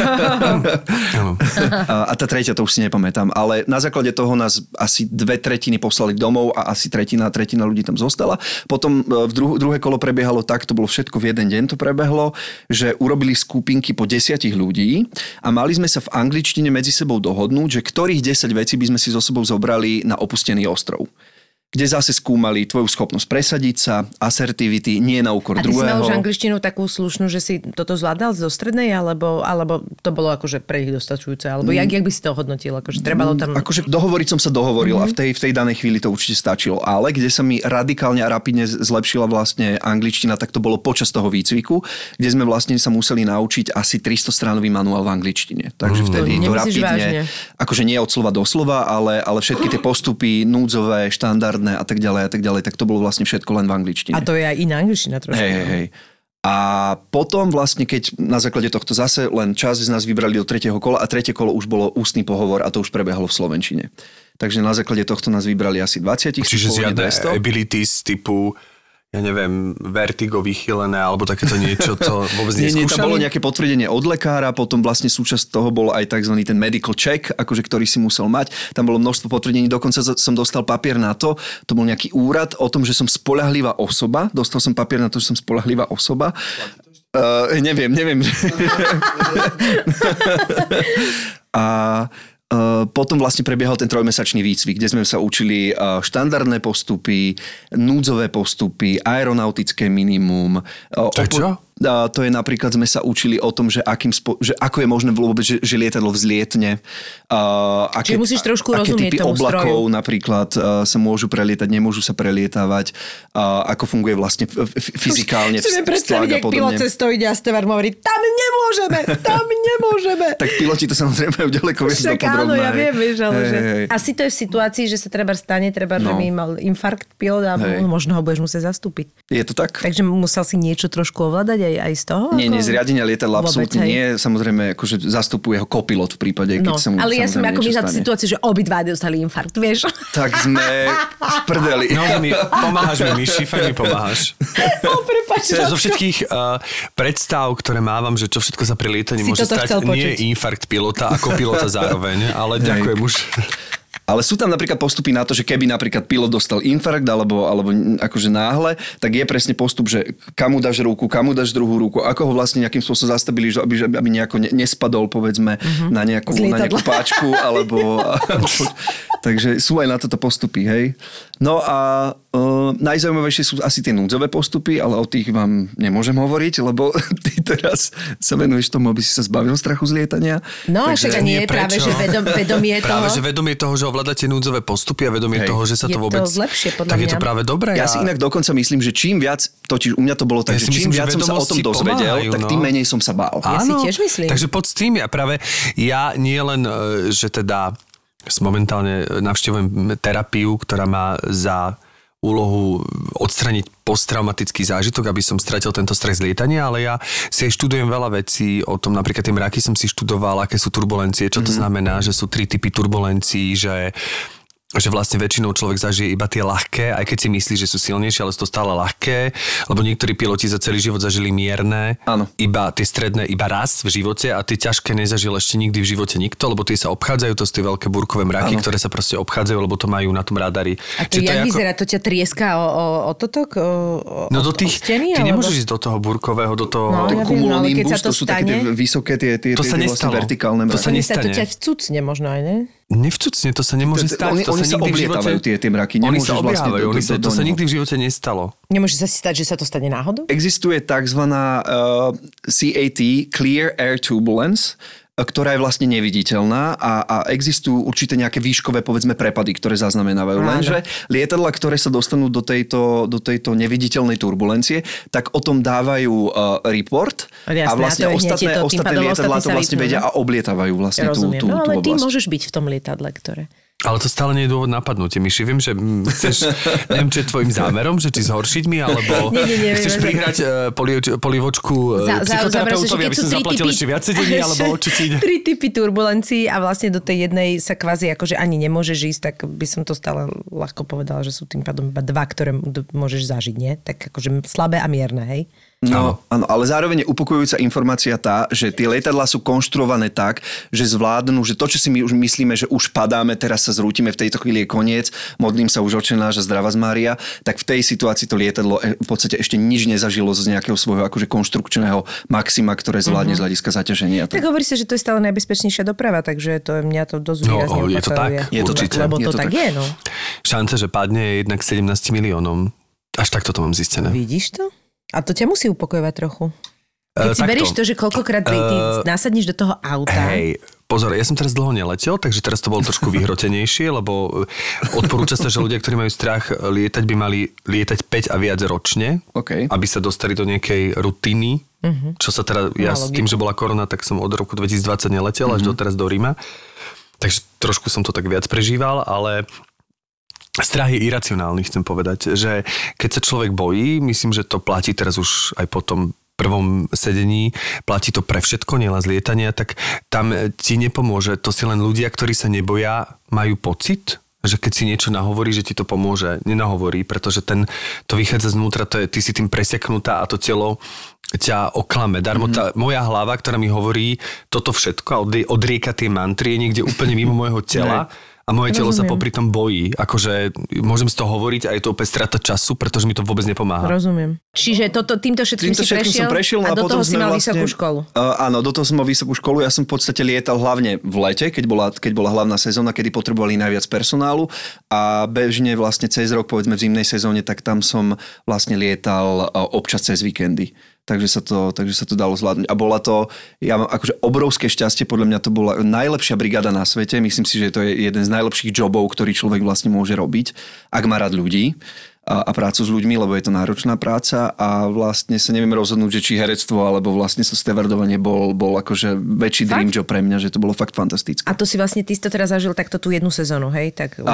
A tá tretia, to už si nepamätám. Ale na základe toho nás asi 2/3 poslali domov a asi tretina ľudí tam zostala. Potom druhé kolo prebiehalo tak, to bolo všetko v jeden deň to prebehlo, že urobili skupinky po 10 ľudí a mali sme sa v angličtine medzi sebou dohodnúť, že ktorých 10 vecí by sme si so sebou zobrali na opustený ostrov. Kde zase skúmali tvoju schopnosť presadiť sa, assertivity, nie na úkor druhého. A ty si mal už angličtinu takú slušnú, že si toto zvládal zo strednej, alebo to bolo akože pre nich dostačujúce? Alebo jak by si to hodnotil? Akože trebalo tam... Akože dohovoriť som sa dohovoril a v tej danej chvíli to určite stačilo. Ale kde sa mi radikálne a rapidne zlepšila vlastne angličtina, tak to bolo počas toho výcviku, kde sme vlastne sa museli naučiť asi 300-stranový manuál v angličtine. Takže vtedy to rapidne, akože nie od slova do slova, ale všetky tie postupy, núdzové, štandardné a tak ďalej, tak to bolo vlastne všetko len v angličtine. A to je aj iná angličtina trošku. Hej. A potom vlastne, keď na základe tohto zase len časť z nás vybrali do 3. kola a 3. kolo už bolo ústny pohovor a to už prebehlo v slovenčine. Takže na základe tohto nás vybrali asi 20. Čiže žiadne abilities typu ja neviem, vertigo vychylené alebo takéto niečo, to vôbec neskúšali? Nie, tam bolo nejaké potvrdenie od lekára, potom vlastne súčasť toho bol aj tzv. Ten medical check, akože ktorý si musel mať. Tam bolo množstvo potvrdení, dokonca som dostal papier na to bol nejaký úrad o tom, že som spoľahlivá osoba, dostal som papier na to, že som spoľahlivá osoba. Neviem. A potom vlastne prebiehal ten 3-mesačný výcvik, kde sme sa učili štandardné postupy, núdzové postupy, aeronautické minimum. Čo? To je napríklad, sme sa učili o tom, že ako je možné vôbec, že lietadlo vzlietne. Čiže musíš trošku rozumieť tomu stroju. Aké typy oblakov napríklad sa môžu prelietať, nemôžu sa prelietávať. Ako funguje vlastne fyzikálne tlak a podobne. Chcem predstaviť, jak pilot cestovo ide a stevard hovorí, tam nemôžeme. Tak piloti to samozrejme majú ďaleko viac dopodrobné. Áno, ja viem, vieš, ale že... Asi to je v situácii, že sa treba stane, že mi mal infarkt pilot a možno ho budeš musieť zastúpiť. Je to tak? Takže musel si niečo trošku ovládať aj z toho? Nie, z riadenia lietadla absolútne nie. Samozrejme, akože zastupuje ho kopilot v prípade, keď sa mu ale ja som ako niečo v situácii, že obidva dostali infarkt, vieš? Tak sme v prdeli. No, pomáhaš mi, Myši, fakt mi pomáhaš. Prepáč. Zo všetkých predstav, ktoré mávam, že čo všetko sa pri lietaní môže stať, nie je infarkt pilota a kopilota zároveň, ale ďakujem už. Ale sú tam napríklad postupy na to, že keby napríklad pilot dostal infarkt alebo akože náhle, tak je presne postup, že kamu dáš ruku, kamu dáš druhú ruku, ako ho vlastne nejakým spôsobom zastabiliš, aby nejako nespadol, povedzme, na nejakú páčku, alebo takže sú aj na toto postupy, hej. No a najzaujímavejšie sú asi tie núdzové postupy, ale o tých vám nemôžem hovoriť, lebo ty teraz sa venuješ tomu, aby si sa zbavil strachu z lietania. No, však nie je práve, že vedomie toho. Práve, že vedomie toho, že ovládate núdzové postupy a vedomie toho, že sa to vôbec... Je to lepšie, podľa tak mňa. je to práve dobré. Ja si inak dokonca myslím, že čím viac, totiž u mňa to bolo tak, že čím viac som sa o tom dozvedel, tak tým menej som sa bál. Ja si tiež myslím. Takže pod s tým ja nie len, že teda momentálne navštevujem terapiu, ktorá má za úlohu odstraniť posttraumatický zážitok, aby som stratil tento strach z lietania, ale ja si aj študujem veľa vecí o tom, napríklad tie mraky som si študoval, aké sú turbulencie, čo to znamená, že sú 3 typy turbulencií, že vlastne väčšinou človek zažije iba tie ľahké, aj keď si myslí, že sú silnejšie, ale sú to stále ľahké, lebo niektorí piloti za celý život zažili mierne, iba tie stredné iba raz v živote a tie ťažké nezažil ešte nikdy v živote nikto, lebo tie sa obchádzajú, to sú tie veľké búrkové mraky, ktoré sa proste obchádzajú, lebo to majú na tom radari. A to jak vyzerá? To ťa trieska o toto? No do tých, steny, ty nemôžeš ísť do toho búrkového, do toho... Cumulonimbus, to sú také tie vysoké, tie vlastne vertikálne mraky. To sa nestane. To ťa vcucne možno aj, ne? Nevcucne, to sa nemôže stať. Oni sa oblietávajú tie mraky. Oni sa objavujú, to sa nikdy v živote nestalo. Nemôže sa stať, že sa to stane náhodou? Existuje takzvaná CAT, Clear Air Turbulence, ktorá je vlastne neviditeľná a existujú určité nejaké výškové, povedzme, prepady, ktoré zaznamenávajú. Lenže lietadla, ktoré sa dostanú do tejto neviditeľnej turbulencie, tak o tom dávajú report a vlastne ostatné lietadlá to vlastne vedia a oblietavajú vlastne tú oblasť. No ale ty môžeš byť v tom lietadle, ktoré... Ale to stále nie je dôvod napadnúť. Myši, viem, že chceš, neviem, čo je tvojim zámerom, že či zhoršiť mi, alebo chceš prihrať polivočku psychoterapeutovi, aby som zaplatil ešte viac sedení, alebo čo ti ide? 3 typy turbulencií a vlastne do tej jednej sa kvázi akože ani nemôžeš ísť, tak by som to stále ľahko povedala, že sú tým pádom iba 2, ktoré môžeš zažiť, nie? Tak akože slabé a mierne, hej? No, áno, ale zároveň je upokojujúca informácia tá, že tie lietadlá sú konštruované tak, že zvládnu, že to, čo si my už myslíme, že už padáme, teraz sa zrútime, v tejto chvíli je koniec, modlím sa už očenáš a zdravá z Mária, tak v tej situácii to lietadlo v podstate ešte nič nezažilo z nejakého svojho akože konštrukčného maxima, ktoré zvládne z hľadiska zaťaženia. Tak hovorí sa, že to je stále najbezpečnejšia doprava, takže to mňa to dosť výrazne je to tak? Je to tak, lebo to tak je, no. Šance, že padne je jednak 17 miliónom. Až takto to mám zistené. Vidíš to? A to ťa musí upokojovať trochu. Keď si beríš to, že koľkokrát ty nasadneš do toho auta. Hej, pozor, ja som teraz dlho neletel, takže teraz to bolo trošku vyhrotenejšie, lebo odporúča sa, že ľudia, ktorí majú strach lietať, by mali lietať 5 a viac ročne, aby sa dostali do nejakej rutiny, čo sa teda, ja s tým, že bola korona, tak som od roku 2020 neletel až doteraz do Ríma. Takže trošku som to tak viac prežíval, ale... Strach je iracionálny, chcem povedať, že keď sa človek bojí, myslím, že to platí teraz už aj po tom prvom sedení, platí to pre všetko, nielen z lietania, tak tam ti nepomôže. To si len ľudia, ktorí sa neboja, majú pocit, že keď si niečo nahovorí, že ti to pomôže. Nenahovorí, pretože to vychádza znútra, ty si tým presiaknutá a to telo ťa oklame. Darmo tá moja hlava, ktorá mi hovorí toto všetko a odrieka tie mantry, je niekde úplne mimo môjho tela. A moje telo sa popri tom bojí. Akože môžem z toho hovoriť a je to opäť strata času, pretože mi to vôbec nepomáha. Rozumiem. Čiže týmto všetkým si prešiel a do toho si mal vysokú školu. Áno, do toho som mal vysokú školu. Ja som v podstate lietal hlavne v lete, keď bola hlavná sezóna, kedy potrebovali najviac personálu a bežne vlastne cez rok, povedzme v zimnej sezóne, tak tam som vlastne lietal občas cez víkendy. Takže sa to dalo zvládnuť. A bola to, ja mám akože obrovské šťastie, podľa mňa to bola najlepšia brigáda na svete. Myslím si, že to je jeden z najlepších jobov, ktorý človek vlastne môže robiť, ak má rád ľudí a prácu s ľuďmi, lebo je to náročná práca a vlastne sa neviem rozhodnúť, že či herectvo alebo vlastne stevardovanie bol akože väčší dream job pre mňa, že to bolo fakt fantastické. A to si vlastne ty to teraz zažil takto tú jednu sezónu, hej? 2,5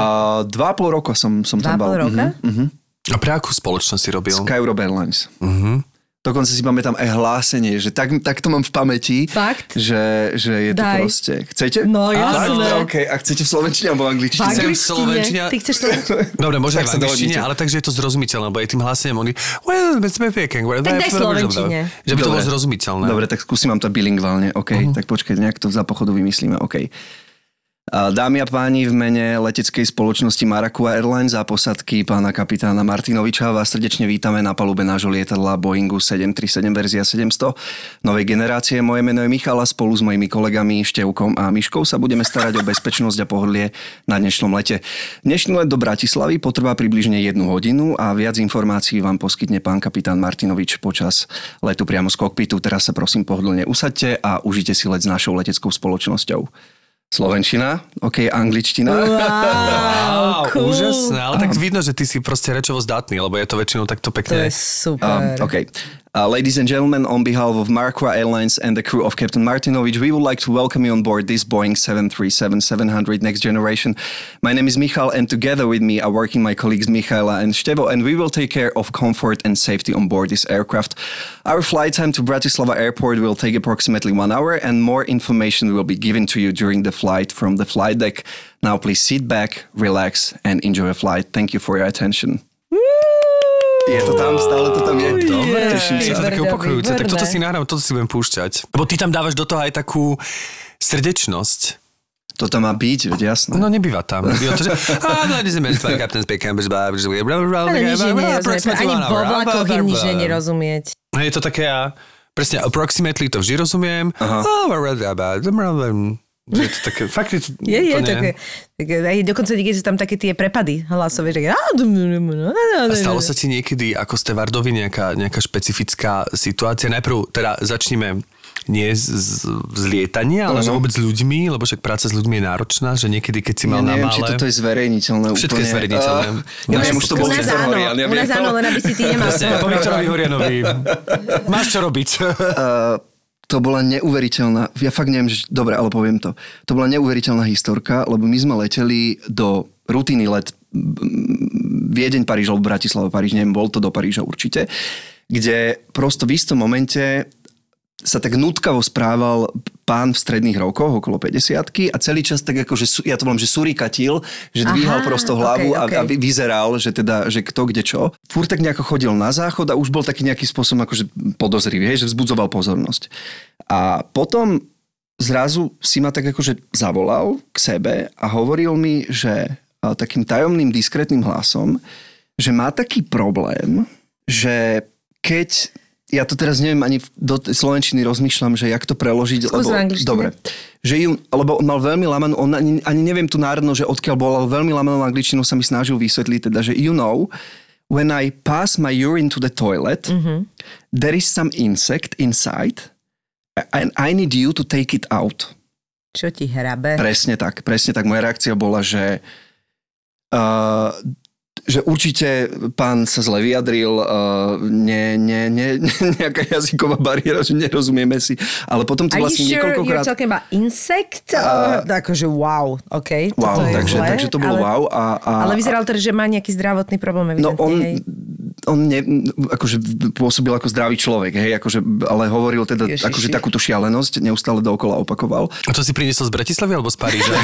roka som tam bol. 2,5 roka? A pre akú spoločnosť si robil? Sky Europe Airlines. Dokonca si pamätám aj hlásenie, že tak to mám v pamäti. Fakt? Že je to proste. Chcete? No jasné. Okay. A chcete v slovenčine alebo v angličtine? V angličtine. Ty chceš slovenčine? Dobre, môžem v angličtine, ale takže je to zrozumiteľné, lebo aj tým hlásením oni tak daj slovenčine. Že by to bolo zrozumiteľné. Dobre, tak skúsim vám to bilingválne. OK, tak počkaj, nejak to za pochodu vymyslíme. OK. Dámy a páni, v mene leteckej spoločnosti Maracuja Airlines a posadky pána kapitána Martinoviča vás srdečne vítame na palube nášho lietadla Boeingu 737 verzia 700 novej generácie. Moje meno je Michal a spolu s mojimi kolegami Števkom a Miškou sa budeme starať o bezpečnosť a pohodlie na dnešnom lete. Dnešný let do Bratislavy potrvá približne 1 hodinu a viac informácií vám poskytne pán kapitán Martinovič počas letu priamo z kokpitu. Teraz sa prosím pohodlne usaďte a užite si let s našou leteckou spoločnosťou. Slovenčina, OK, angličtina. Wow, cool. Úžasné, ale tak vidno, že ty si proste rečovo zdatný, lebo je to väčšinou takto pekne. To je super. OK. Ladies and gentlemen, on behalf of Maracuja Airlines and the crew of Captain Martinovič, we would like to welcome you on board this Boeing 737-700 next generation. My name is Michal and together with me are working my colleagues Michaela and Števo, and we will take care of comfort and safety on board this aircraft. Our flight time to Bratislava Airport will take approximately 1 hour and more information will be given to you during the flight from the flight deck. Now please sit back, relax and enjoy a flight. Thank you for your attention. Je to tam, stále to tam je. Dobre, je to také upokojujúce. Tak toto si nahrám, toto si budem púšťať. Lebo ty tam dávaš do toho aj takú srdečnosť. To tam má byť, veď jasné. No nebýva tam. Nebýva to, že ani vo vlakoch im nič nerozumieť. Je to také, presne, approximately to vždy rozumiem. Že je to také, fakt je to... Je také. Aj dokonca niekedy sú tam také tie prepady hlasové. Že... A stalo sa ti niekedy ako stevardovi nejaká špecifická situácia? Najprv teda začneme nie z lietania, ale že vôbec s ľuďmi, lebo však práca s ľuďmi je náročná, že niekedy, keď si mal na neviem, malé... či toto je zverejniteľné úplne. Všetko je zverejniteľné. Ja neviem, už to bol Viktor Horian. U nás áno, len aby si ty nemal svoj Po Viktorovi Horianovi. Máš čo robiť? To bola neuveriteľná, ja fakt neviem, dobre, ale poviem to. To bola neuveriteľná historka, lebo my sme leteli do rutiny let Viedeň, Paríž, alebo Bratislava, Paríž, neviem, bol to do Paríža určite, kde prosto v istom momente sa tak nutkavo správal pán v stredných rokoch, okolo 50-ky a celý čas tak ako, že ja to volám, že surikatil, že dvíhal prosto hlavu okay. A vyzeral, že teda, že kto kde čo. Fúr tak nejako chodil na záchod a už bol taký nejaký spôsob akože podozrivý, hej, že vzbudzoval pozornosť. A potom zrazu si ma tak akože zavolal k sebe a hovoril mi, že takým tajomným, diskrétnym hlasom, že má taký problém, že keď... Ja to teraz neviem, ani do slovenčiny rozmýšľam, že jak to preložiť. Skús v angličtine. Dobre. Lebo on mal veľmi lamanú, on ani neviem tu národno, že odkiaľ bol, ale veľmi lamanú angličtinu sa mi snažil vysvetliť, teda, že when I pass my urine to the toilet, there is some insect inside and I need you to take it out. Čo ti hrabe? Presne tak. Moja reakcia bola, že určite pán sa zle vyjadril, nejaká jazyková bariéra, že nerozumieme si. Ale potom to vlastne niekoľkokrát... Are you sure you're talking about insect? Akože wow, OK. Wow, takže to bolo wow. Ale vyzeral teda, že má nejaký zdravotný problém. No on akože pôsobil ako zdravý človek, hej, akože, ale hovoril teda akože takúto šialenosť, neustále dookola opakoval. A to si priniesol z Bratislavy alebo z Paríža?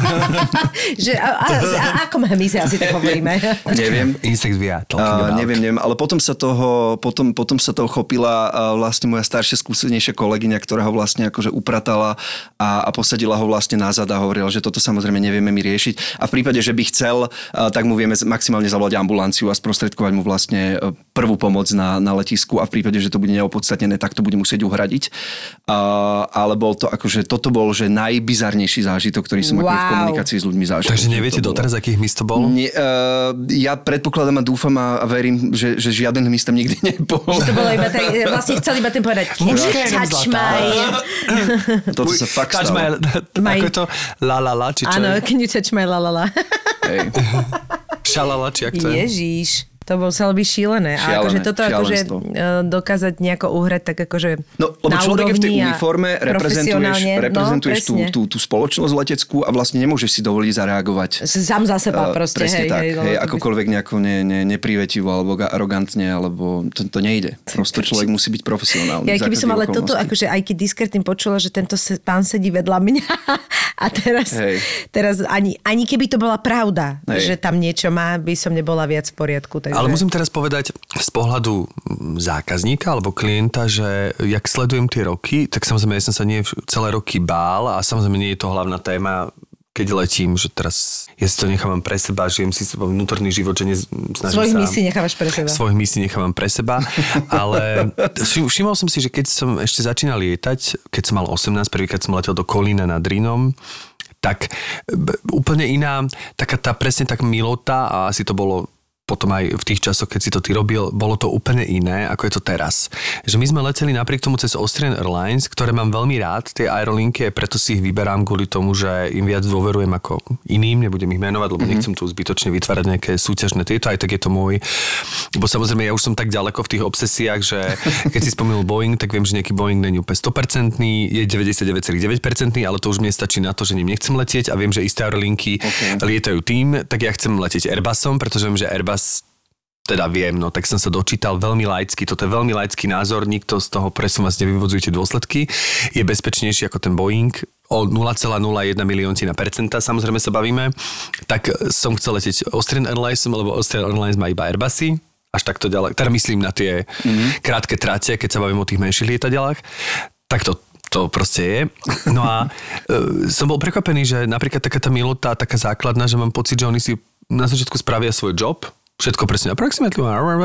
Ako my sa asi tak hovoríme? Neviem. Insect via. Neviem, ale potom sa toho chopila vlastne moja staršia, skúsenejšia kolegyňa, ktorá ho vlastne akože upratala a posadila ho vlastne nazad a hovorila, že toto samozrejme nevieme my riešiť. A v prípade, že by chcel, tak mu vieme maximálne zavolať ambulanciu a sprostredkovať mu vlastne prvú pomoc na letisku a v prípade, že to bude neopodstatnené, tak to bude musieť uhradiť. Ale bol to akože, toto bol, že najbizarnejší zážitok, ktorý som v komunikácii s ľuďmi zažil. Takže neviete doteraz, akých hmyst to bol? Ja predpokladám a dúfam a verím, že žiaden hmyst tam nikdy nebol. To bolo iba tak, vlastne chcel iba tým povedať, touch my... Toto sa fakt stalo. Ako je to? La la la, či čo? Áno, can you touch my la la la? Šalala, či jak to je? Ježiš. To muselo byť šílené. A akože toto akože dokázať nejako uhrať tak akože no, lebo človek je v tej uniforme, reprezentuješ tú spoločnosť leteckú a vlastne nemôžeš si dovoliť zareagovať. Sám za seba proste. Presne tak. Akokoľvek nejako neprivetivo alebo arogantne, alebo to nejde. Prosto človek musí byť profesionálny. Ja keby som ale toto, akože aj keď diskrétne počula, že tento pán sedí vedľa mňa a teraz ani keby to bola pravda, že tam niečo má, by som nebola viac v poriadku. Ale musím teraz povedať z pohľadu zákazníka alebo klienta, že jak sledujem tie roky, tak samozrejme ja som sa nie celé roky bál a samozrejme nie je to hlavná téma, keď letím, že teraz ja si to nechávam pre seba, žijem si svoj vnútorný život, že svojich misí nechávaš pre seba. Svojich misí nechávam pre seba, ale všimol som si, že keď som ešte začínal lietať, keď som mal 18, prvýkrát som letel do Kolína nad Rýnom, tak úplne iná, taká tá presne tak milota a asi to bolo potom aj v tých časoch, keď si to ty robil, bolo to úplne iné, ako je to teraz. Že my sme leteli napriek tomu cez Austrian Airlines, ktoré mám veľmi rád, tie aerolinky, preto si ich vyberám kvôli tomu, že im viac dôverujem ako iným, nebudem ich menovať, lebo nechcem tu zbytočne vytvárať nejaké súťažné tieto, aj tak je to môj. Bo samozrejme, ja už som tak ďaleko v tých obsesiách, že keď si spomenul Boeing, tak viem, že nejaký Boeing není úplne 100%, je 99,9%, ale to už mne stačí na to, že ním nechcem letieť a viem, že isté aerolinky lietajú tým, tak ja chcem letieť Airbusom, pretože viem, že Airbus teda viem, no tak som sa dočítal veľmi laický, toto je veľmi laický názor, nikto z toho presne vás nevyvodzujete dôsledky, je bezpečnejší ako ten Boeing o 0,01 milióntina percenta, samozrejme sa bavíme, tak som chcel letieť Austrian Airlines, lebo Austrian Airlines má iba Airbusy, až takto ďalej, teda myslím na tie krátke trate, keď sa bavím o tých menších lietadielách, tak to proste je. No a som bol prekvapený, že napríklad taká tá milota, taká základná, že mám pocit, že oni si na začiatku spravia svoj job, všetko presne approximately,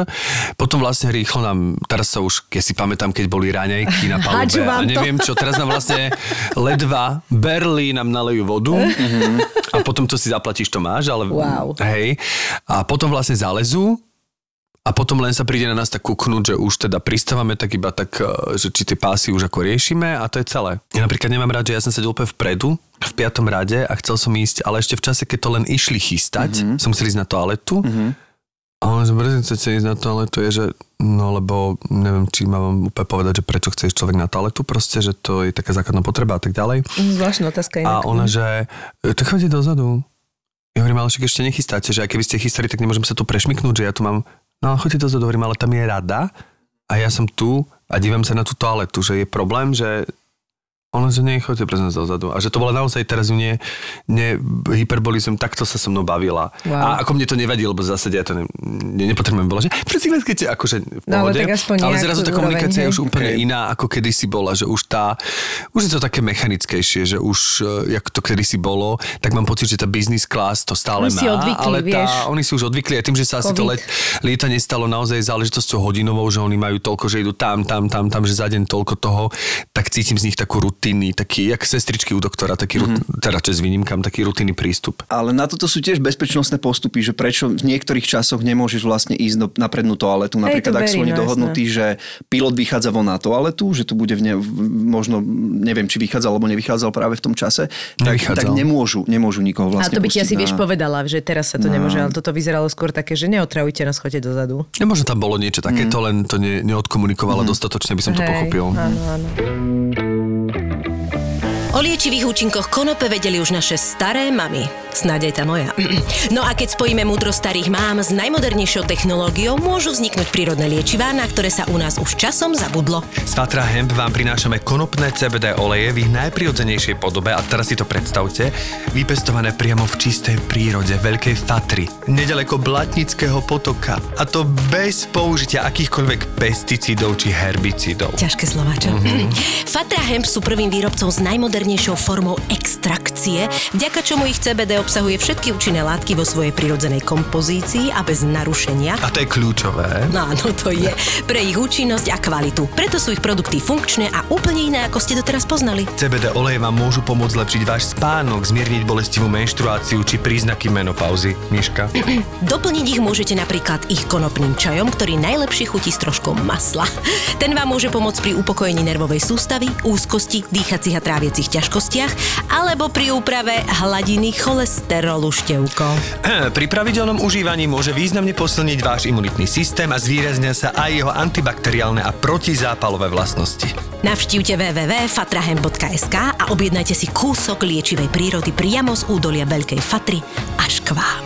potom vlastne rýchlo nám, teraz sa už, keď si pamätám, keď boli raňajky na palube a neviem čo, teraz nám vlastne ledva berly nám nalejú vodu a potom to si zaplatíš, to máš, ale hej, a potom vlastne zalezú A potom len sa príde na nás tak kúknúť, že už teda pristávame tak iba tak, že či tie pásy už ako riešime a to je celé. Ja napríklad nemám rád, že ja som sedel úplne vpredu, v 5. rade a chcel som ísť, ale ešte v čase, keď to len išli chystať, som musel ísť na toaletu. A on že brzo chcete ísť na toaletu, je, že no lebo neviem, či mám úplne povedať, že prečo chce ísť človek na toaletu, proste, že to je taká základná potreba a tak ďalej. Zvláštna otázka inak. A ona, že tak chodite dozadu. Ja hovorím, ale však ešte nechystáte, že aj keby ste chystali, tak nemôžem sa tu prešmiknúť, že ja tu mám, no chodite dozadu, hovorím, ale tam je rada a ja som tu a dívam sa na tú toaletu, že je problém, že ona, že nechoďte prezent dozadu. A že to bola naozaj teraz hyperbolizujem, takto sa so mnou bavila. Wow. A ako mne to nevadí, lebo v zásade ja to nepotrebujem, bolo, že prosím vás, keď akože v pohode. Ale zrazu tá komunikácia je už úplne iná, ako kedysi bola, že už je to také mechanickejšie, že už, jak to kedysi bolo, tak mám pocit, že tá business class to stále má. Oni si už odvykli a tým, že sa asi to lietanie stalo naozaj záležitosťou hodinovou, že oni majú toľko, že idú tam, že za deň toľko toho, tak cítim z nich takú rutinný, taký, jak sestričky u doktora, taký, teda s výnimkám, taký rutinný prístup. Ale na toto sú tiež bezpečnostné postupy, že prečo v niektorých časoch nemôžeš vlastne ísť na prednú toaletu. Napríklad, ak sú oni dohodnutí, že pilot vychádza von na toaletu, že tu bude možno, neviem, či vychádzal alebo nevychádzal práve v tom čase, tak nemôžu nikoho vlastne pustiť. A to by ti asi vieš povedala, že teraz sa to nemôže, ale toto vyzeralo skôr také, že neotravujte nás, choďte dozadu. Možno tam bolo niečo takéto, len to neodkomunikovala dostatočne, aby som to pochopil. Áno. O liečivých účinkoch konope vedeli už naše staré mamy. Snáď aj tá moja. No a keď spojíme múdro starých mám s najmodernejšou technológiou, môžu vzniknúť prírodné liečivá, na ktoré sa u nás už časom zabudlo. Z Fatra Hemp vám prinášame konopné CBD oleje v ich najprirodzenejšej podobe a teraz si to predstavte, vypestované priamo v čistej prírode Veľkej Fatry, nedaleko Blatnického potoka. A to bez použitia akýchkoľvek pesticídov či herbicídov. Ťažké slováča. Fatra Hemp sú prvým výrobcom s najmodernejšou formou extrakcie, vďaka čomu ich CBD obsahuje všetky účinné látky vo svojej prirodzenej kompozícii a bez narušenia. A to je kľúčové. Áno, to je. Pre ich účinnosť a kvalitu. Preto sú ich produkty funkčné a úplne iné, ako ste doteraz poznali. CBD oleje vám môžu pomôcť zlepšiť váš spánok, zmierniť bolestivú menštruáciu či príznaky menopauzy. Miška. Doplniť ich môžete napríklad ich konopným čajom, ktorý najlepšie chutí s troškou masla. Ten vám môže pomôcť pri upokojení nervovej sústavy, úzkosti, dýchacích a tráviacich ťažkostiach alebo pri úprave hladiny cholesterolu, Števko. Pri pravidelnom užívaní môže významne posilniť váš imunitný systém a zvýraznia sa aj jeho antibakteriálne a protizápalové vlastnosti. Navštívte www.fatrahem.sk a objednajte si kúsok liečivej prírody priamo z údolia Veľkej Fatry až k vám.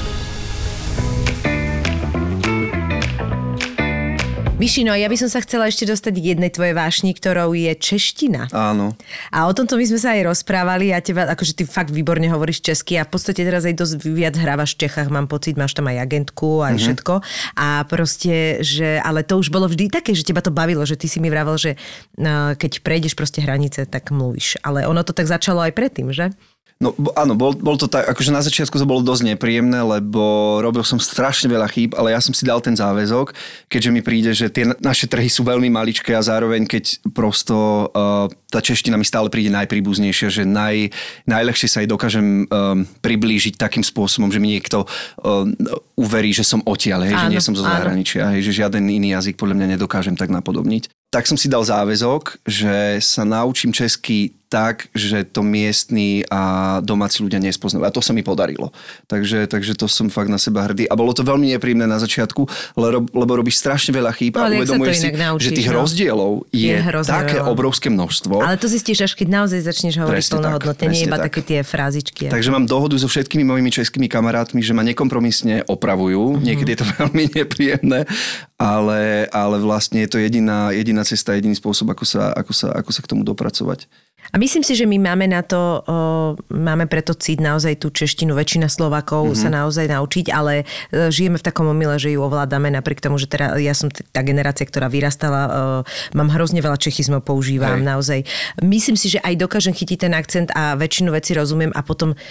Vyšino, ja by som sa chcela ešte dostať k jednej tvojej vášni, ktorou je čeština. Áno. A o tomto my sme sa aj rozprávali a teba, akože ty fakt výborne hovoríš česky a v podstate teraz aj dosť viac hrávaš v Čechách, mám pocit, máš tam aj agentku a všetko. A proste, že, ale to už bolo vždy také, že teba to bavilo, že ty si mi vravel, že keď prejdeš proste hranice, tak mluvíš. Ale ono to tak začalo aj predtým, že? No áno, bol to tak, akože na začiatku to bolo dosť nepríjemné, lebo robil som strašne veľa chýb, ale ja som si dal ten záväzok, keďže mi príde, že tie naše trhy sú veľmi maličké a zároveň keď prosto tá čeština mi stále príde najpríbuznejšia, že najľahšie sa jej dokážem priblížiť takým spôsobom, že mi niekto uverí, že som odtiaľ, že nie som zo zahraničia, že žiaden iný jazyk podľa mňa nedokážem tak napodobniť. Tak som si dal záväzok, že sa naučím česky tak, že to miestni a domáci ľudia nespoznajú. A to sa mi podarilo. Takže to som fakt na seba hrdý. A bolo to veľmi nepríjemné na začiatku, lebo robíš strašne veľa chýb a uvedomuješ si, že tých rozdielov je také obrovské množstvo. Ale to zistíš, až keď naozaj začneš hovoriť plnohodnotne, nie iba také tie frázičky. Takže mám dohodu so všetkými mojimi českými kamarátmi, že ma nekompromisne opravujú. Niekedy je to veľmi nepríjemné, ale vlastne je to jediná cesta, jediný spôsob, ako sa k tomu dopracovať. A myslím si, že my máme na to, máme preto cít naozaj tú češtinu, väčšina Slovákov sa naozaj naučiť, ale žijeme v takom omyle, že ju ovládame, napriek tomu, že teda ja som tá generácia, ktorá vyrastala, mám hrozne veľa čechizmov, používam naozaj. Myslím si, že aj dokážem chytiť ten akcent a väčšinu vecí rozumiem a potom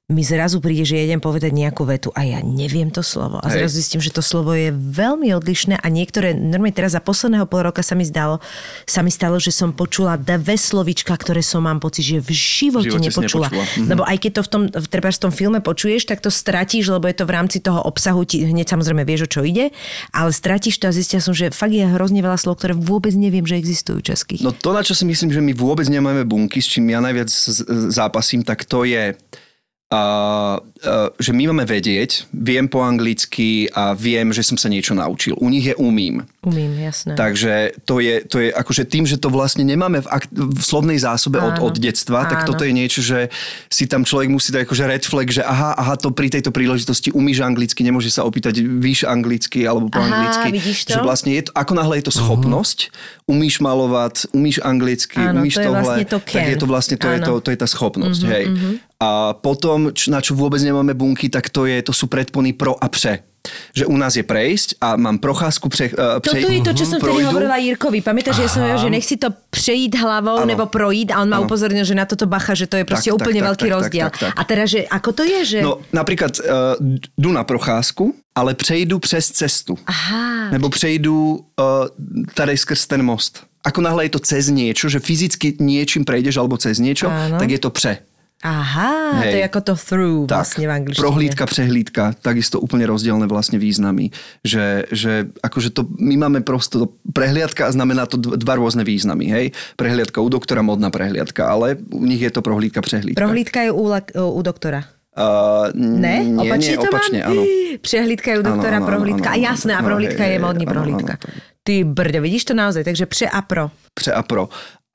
mi zrazu príde, že ja idem povedať nejakú vetu a ja neviem to slovo. A zrazu zistím, že to slovo je veľmi odlišné a niektoré, normálne teraz za posledného pol roka sa mi stalo, že som počula dve slovíčka, ktoré som mám pocit, že v živote nepočula. Lebo aj keď to v tom filme počuješ, tak to stratíš, lebo je to v rámci toho obsahu, ti hneď samozrejme vieš, o čo ide, ale stratíš to a zistia som, že fakt je hrozne veľa slov, ktoré vôbec neviem, že existujú českých. No to, na čo si myslím, že my vôbec nemáme bunky, s čím ja najviac zápasím, tak to je že my máme vedieť, viem po anglicky a viem, že som sa niečo naučil. U nich je umím. Umím, jasné. Takže to je akože tým, že to vlastne nemáme v slovnej zásobe od detstva, tak toto je niečo, že si tam človek musí dať akože red flag, že aha, to pri tejto príležitosti umíš anglicky, nemôže sa opýtať víš anglicky alebo po anglicky. Vidíš to? Že vlastne je to, ako náhle je to schopnosť, umíš malovať, umíš anglicky, umíš tohle, vlastne to tak je to vlastne to je tá schopnosť, hej. A potom, na čo vôbec nemáme bunky, tak to sú predpony pro a pre. Že u nás je prejsť a mám procházku Toto je to, čo som tedy hovorila Jirkovi. Pamätáš, že ja som hovorila, že nech si to prejít hlavou nebo projít a on ma upozornil, že na toto bacha, že to je proste úplne veľký rozdiel. Tak. A teraz, že ako to je? Že... No napríklad jdu na procházku, ale přejdu přes cestu. Aha. Nebo přejdu tady skrz ten most. Ako náhle je to cez niečo, že fyzicky niečím prejdeš alebo cez niečo, tak je to pre. Aha, to je ako to through vlastne v angličtine. Prohlídka, prehlídka, takisto úplne rozdielne vlastne významy. Že akože to, my máme prosto prehliadka a znamená to dva rôzne významy, hej. Prehliadka u doktora, modná prehliadka, ale u nich je to prohlídka, prehlídka. Prohlídka je u doktora. Nie, opačne, áno. Prehlídka je u doktora, prohlídka. A jasné, a prohlídka je modný prohlídka. Ty brďo, vidíš to naozaj, takže pre a pro. Pre a pro.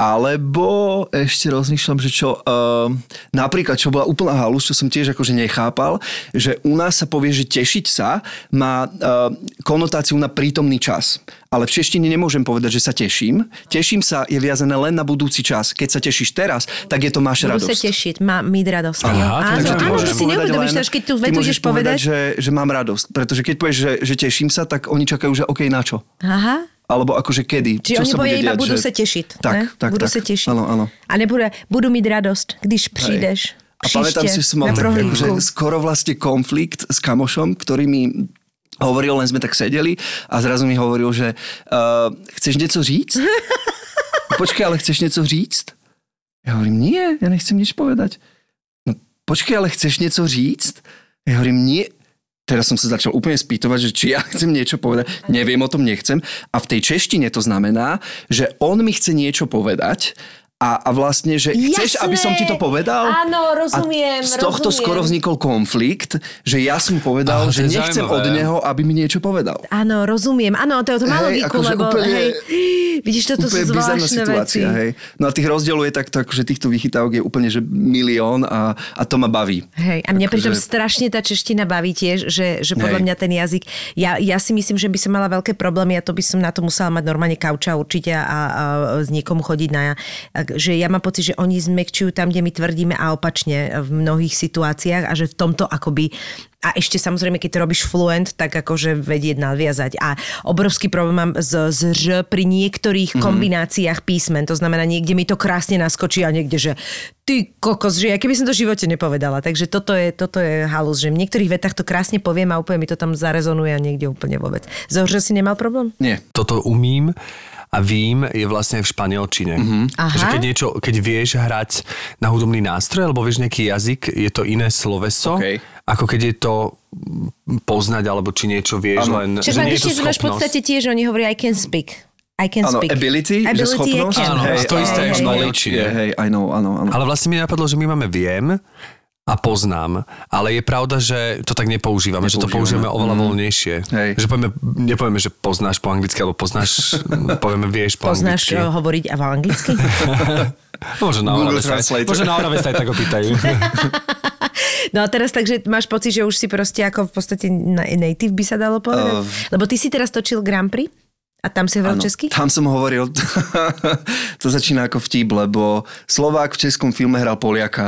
Alebo ešte rozmýšľam, že čo napríklad, čo bola úplná halus, čo som tiež akože nechápal, že u nás sa povie, že tešiť sa má konotáciu na prítomný čas. Ale v češtine nemôžem povedať, že sa teším. Teším sa je viazané len na budúci čas. Keď sa tešíš teraz, tak je to máš radosť. Budú sa tešiť, mít radosť. Áno, to si neuvedomíš, keď tu vetu ideš povedať. Že mám radosť. Pretože keď povieš, že teším sa, tak oni čakajú, že okej, na čo? Aha. Alebo akože kedy? Čiže oni povie iba budú sa tešiť. Tak. Budú sa tešiť. Áno. A budú mít radosť, když přijdeš. A pamätám si, že som mal akože skoro vlastne konflikt s kamošom, ktorý mi hovoril, len sme tak sedeli a zrazu mi hovoril, že chceš niečo říct? Počkaj, ale chceš niečo říct? Ja hovorím, nie, ja nechcem nič povedať. No počkaj, ale chceš niečo říct? Ja hovorím, nie. Teraz som sa začal úplne spýtovať, že či ja chcem niečo povedať. Neviem, o tom nechcem. A v tej češtine to znamená, že on mi chce niečo povedať a vlastne, že chceš, aby som ti to povedal? Áno, rozumiem. A z tohto skoro vznikol konflikt, že ja som povedal, že nechcem od neho, aby mi niečo povedal. Áno, rozumiem. Áno, to má logiku, lebo úplne, vidíš, toto sú zvláštne veci. Hej. No a tých rozdielov je takto, akože týchto vychytávok je úplne, že milión a to ma baví. Hej, a mňa pritom strašne tá čeština baví tiež, že podľa mňa ten jazyk, ja si myslím, že by som mala veľké problémy a to by som na to musela mať normálne kauča určite a s niekomu chodiť na že ja mám pocit, že oni zmäkčujú tam, kde my tvrdíme a opačne v mnohých situáciách a že v tomto akoby a ešte samozrejme, keď to robíš fluent, tak akože vedieť nadviazať. A obrovský problém mám z ž pri niektorých kombináciách písmen. To znamená, niekde mi to krásne naskočí a niekde, že ty kokos, že ja keby som to v živote nepovedala. Takže toto je halus, že v niektorých vetách to krásne poviem a úplne mi to tam zarezonuje a niekde úplne vôbec. Zohře si nemal problém? Nie. Toto umím. A vím je vlastne aj v španielčine. Že keď vieš hrať na hudobný nástroj, alebo vieš nejaký jazyk, je to iné sloveso, ako keď je to poznať, alebo či niečo vieš, len že nie je to schopnosť. V podstate tiež, oni hovoria I can speak. Áno, ability, že schopnosť. Áno, to isté je v španielčine. Áno. Ale vlastne mi napadlo, že my máme viem a poznám. Ale je pravda, že to tak nepoužívame, že to používame oveľa voľnejšie. Že nepovieme, že poznáš po anglicky, alebo povieme vieš po anglicky. Poznáš hovoriť a v anglicky? Možno na Orave sa aj tak opýtajú. No a teraz takže máš pocit, že už si proste ako v podstate native by sa dalo povedať? Lebo ty si teraz točil Grand Prix A tam si hovoril česky? Tam som hovoril, to začína ako vtip, lebo Slovák v českom filme hral Poliaka.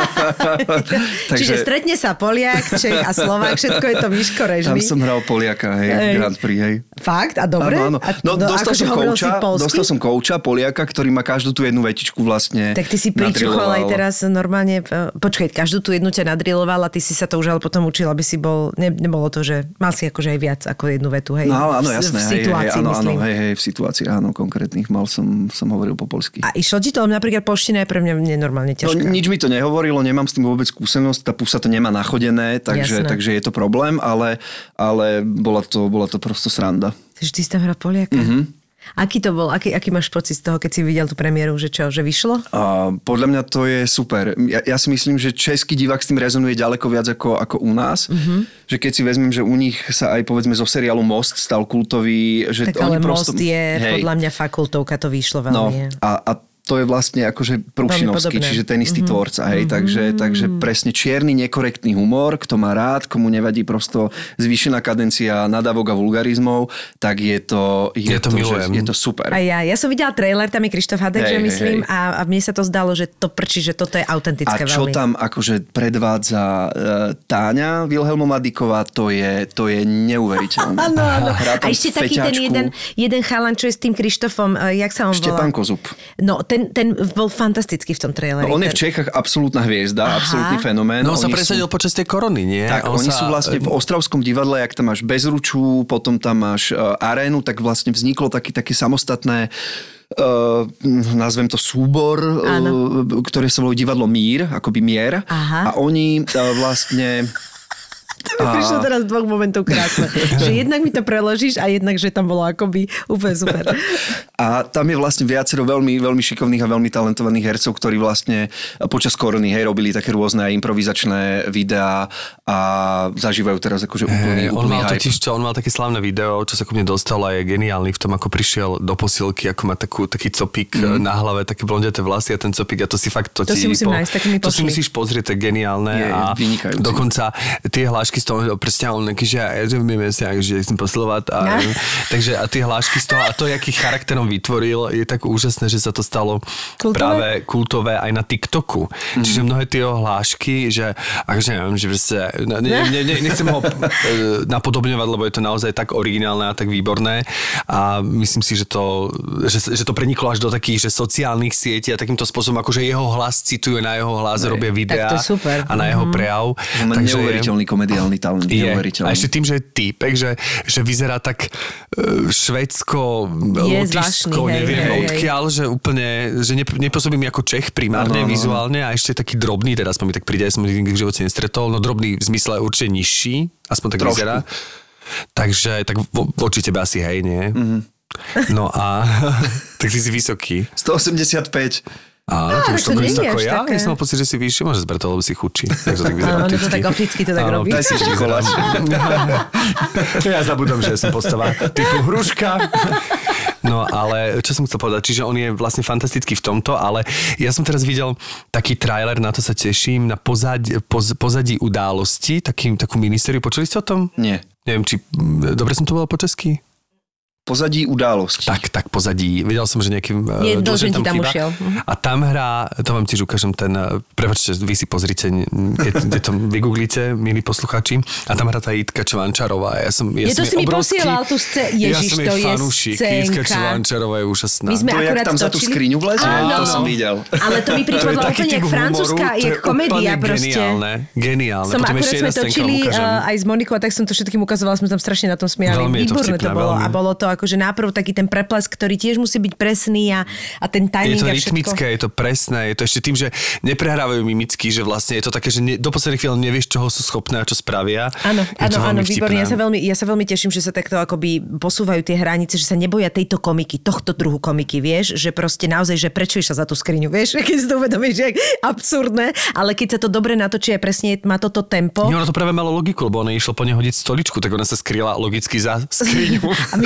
Čiže stretne sa Poliak, Čech a Slovák, všetko je to Miško Režný. Tam som hral Poliaka, Grand Prix, hej. Fakt? A dobre? Áno. No, dostal som kouča, Poliaka, ktorý má každú tú jednu vetičku vlastne tak ty si pričuchol aj teraz normálne, počkaj, každú tú jednu ťa nadriloval a ty si sa to už ale potom učil, aby si bol, nebolo to, že mal si akože aj viac ako jednu vetu, hej? No áno, jasné, v situácii, áno, v situácii, áno, konkrétnych mal som hovoril po poľsky. A išlo ti to? Napríklad polština je pre mňa nenormálne ťažká. No, nič mi to nehovorilo, nemám s tým vôbec skúsenosť, tá pusa to nemá nachodené, takže je to problém, ale bola to prosto sranda. Takže ty si tam hral Poliaka? Mhm. Aký to bol? Aký máš pocit z toho, keď si videl tú premiéru, že vyšlo? Podľa mňa to je super. Ja si myslím, že český divák s tým rezonuje ďaleko viac ako u nás. Mm-hmm. Že keď si vezmem, že u nich sa aj povedzme zo seriálu Most stal kultový. Že tak ale Most je podľa mňa fakultovka, to vyšlo veľmi. A to je vlastne akože Prušinovský, čiže ten istý tvorca, hej, takže presne čierny, nekorektný humor, kto má rád, komu nevadí prosto zvýšená kadencia nadávok a vulgarizmov, tak je to super. A ja som videla trailer, tam je Krištof Hadek, že myslím, a mne sa to zdalo, že to prčí, že toto je autentické veľmi. A čo tam akože predvádza Táňa Vilhelmová Dyková, to je neuveriteľné. Áno. A ešte taký ten jeden chalan, čo je s tým Krištofom, jak sa on volá? Štepán Kozub. No, ten bol fantastický v tom traileri. No, on je v Čechách absolútna hviezda, absolútny fenomén. No on sa presadil počas tej korony, nie? Tak, oni sú vlastne v Ostravskom divadle, jak tam máš Bezruču, potom tam máš arénu, tak vlastne vzniklo také samostatné nazvem to súbor, ktoré sa volá divadlo Mír, akoby Mier. Aha. A oni vlastne... To mi prišlo teraz dvoch momentov krásne. Že jednak mi to preložíš a jednak, že tam bolo akoby úplne super. A tam je vlastne viacero veľmi, veľmi šikovných a veľmi talentovaných hercov, ktorí vlastne počas korony robili také rôzne improvizačné videá a zažívajú teraz akože úplný hype. On mal také slávne video, čo sa ku mne dostalo a je geniálny v tom, ako prišiel do posilky, ako má taký copík na hlave, také blondiaté vlasy a ten copík a to si fakt to si musím nájsť, tak mi pošli. To si musíš pozrieť, to je geniálne a vynikajúci. Dokonca tie hlášky z toho predstavil nejaký, že ja chcem poslovať takže a tie hlášky z toho a to, jaký charakterom vytvoril, je tak úžasné, že sa to stalo práve kultové aj na TikToku. Čiže mnohé tie hlášky, že akože neviem, že nechcem ho napodobňovať, lebo je to naozaj tak originálne a tak výborné a myslím si, že to preniklo až do takých, že sociálnych sietí a takýmto spôsobom, akože jeho hlas cituje na jeho hlas, robia videá a na jeho prejav. Takže neuveriteľný komediálny talent. A ešte tým, že je týpek, že vyzerá tak švédsko, lotyšsko, neviem odkiaľ, že úplne, že nepôsobí mi ako Čech primárne, vizuálne a ešte taký drobný, teda aspoň mi tak príde, ja som nikdy v živote nestretol, no drobný v zmysle určite nižší, aspoň tak trošku vyzerá. Takže tak voči tebe asi hej, nie? Mm-hmm. No a tak ty si vysoký. 185. Áno, to už to koľko ako ja. Ja som mal pocit, že si vyšší, môže zbrať, lebo si chudší. Tak to tak vyzerá opticky. To tak opticky to tak robí. Daj si ešte koláč. Ja zabudom, že som postava typu hruška. No ale čo som chcel povedať, čiže on je vlastne fantastický v tomto, ale ja som teraz videl taký trailer, na to sa teším, na pozadí události, takú ministériu. Počuli ste o tom? Nie. Neviem, či dobre som to povedal po česky? Pozadí události. Tak pozadí. Vedel som, že nejaký dlžen ti tam ušiel. A tam hrá, to vám tiež ukážem prepáčte, vy si pozrite, kde to vygooglite, milí posluchači, a tam hrá tá Jitka Čvančarová. Ja som to si mi posielal tú Ježiš, to je scénka. Jitka Čvančarová je úžasná. My sme akurát tam za tú skriňu vlezie, to som videl. Ale to mi pripadlo úplne jak francúzska, jak komédia proste. Geniálne. Som akurát sme točili aj s Monikou a tak som to všetkým ukazovala, sme tam strašne na tom smiali. Výborné to bolo a bolo to akože náprv taký ten preples, ktorý tiež musí byť presný a ten timing a všetko. Je to rytmické, je to presné, je to ešte tým, že neprehrávajú mimicky, že vlastne je to také, že do posledných chvíľ nevieš, čoho sú schopné a čo spravia. Áno, výborne. Ja sa veľmi teším, že sa takto akoby posúvajú tie hranice, že sa neboja tejto komiky, tohto druhu komiky, vieš, že proste naozaj, že prečo išla za tú skriňu, vieš, keď si to uvedomíš, že je absurdné, ale keď sa to dobre natočí a presne má toto tempo. Ono to práve malo logiku, lebo ona išla po nej hodiť stoličku, tak ona sa skryla logicky za skriňu. A myslela si, že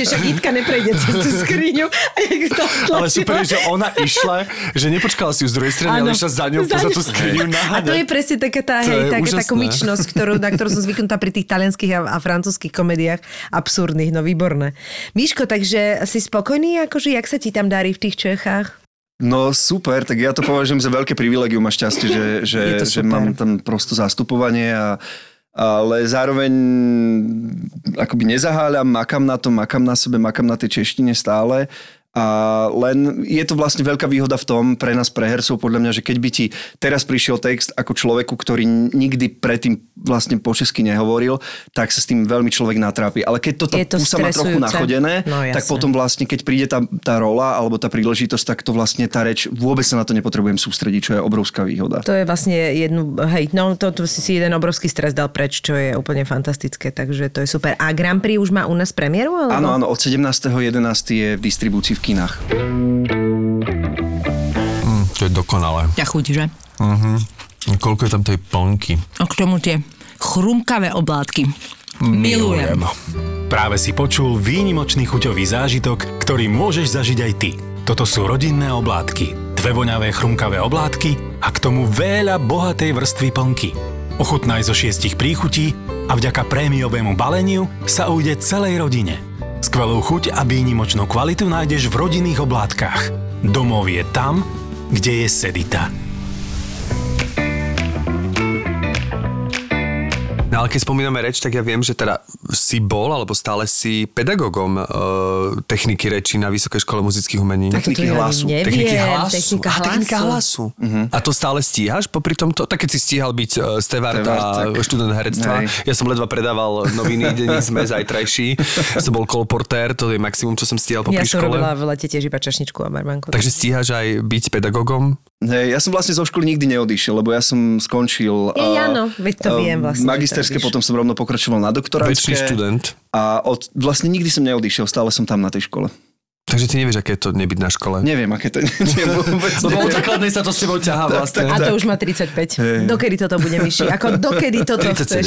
že však Jitka neprejde cez tú skriňu. Ale super je, že ona išla, že nepočkala si ju z druhej strany, ale išla za ňou poza tú skriňu naháňať. A to je presne taká tá komičnosť, na ktorú som zvyknutá pri tých talianských a francúzskych komediách. Absurdných, no výborné. Miško, takže si spokojný, akože jak sa ti tam darí v tých Čechách? No super, tak ja to považujem za veľké privilegium a šťastie, že mám tam prosto zastupovanie, ale zároveň akoby nezaháľam, makám na tom, makám na sebe, makám na tej češtine stále. A len je to vlastne veľká výhoda v tom pre nás, pre hercov, podľa mňa, že keď by ti teraz prišiel text ako človeku, ktorý nikdy predtým vlastne po česky nehovoril, tak sa s tým veľmi človek natrápi. Ale keď toto pusa má trochu nachodené, tak potom vlastne, keď príde tá rola alebo tá príležitosť, tak to vlastne tá reč, vôbec sa na to nepotrebujem sústrediť, čo je obrovská výhoda. To je vlastne to si jeden obrovský stres dal preč, čo je úplne fantastické, takže to je super. A Grand Prix už má u nás premiéru? Alebo? Áno, od 17.11. je v distribúcii v kinách. To je dokonalé. Ťa chuť, že? Koľko je tam tej plnky? A k tomu tie chrumkavé oblátky. Milujem. Práve si počul výnimočný chuťový zážitok, ktorý môžeš zažiť aj ty. Toto sú rodinné oblátky. 2 voňavé chrumkavé oblátky a k tomu veľa bohatej vrstvy plnky. Ochutnaj zo 6 príchutí a vďaka prémiovému baleniu sa ujde celej rodine. Skvelú chuť a výnimočnú kvalitu nájdeš v rodinných oblátkach. Domov je tam, kde je Sedita. No ale keď spomíname reč, tak ja viem, že teda si bol, alebo stále si pedagógom techniky reči na Vysokej škole muzických umení. Techniky hlasu. Technika hlasu. A to stále stíhaš popri tomto? Tak keď si stíhal byť stevard a študent herectva. Ja som ledva predával noviny, denní SME, zajtrajší. Som bol kolportér, to je maximum, čo som stíhal popri škole. Ja som robila v lete tiež iba čašničku a barmanku. Takže stíhaš aj byť pedagógom? Ja som vlastne zo školy nikdy neodišiel, lebo ja som skončil áno, veď to viem vlastne. Magisterské, potom som rovno pokračoval na doktorátske. Väčší študent. A vlastne nikdy som neodišiel, stále som tam na tej škole. Takže ty nevieš, aké je to nebyť na škole? Neviem, aké to je. Lebo od základnej sa to s tebou ťahá vlastne. A to už má 35. Dokedy toto bude, Myši? Ako dokedy toto 37. chceš?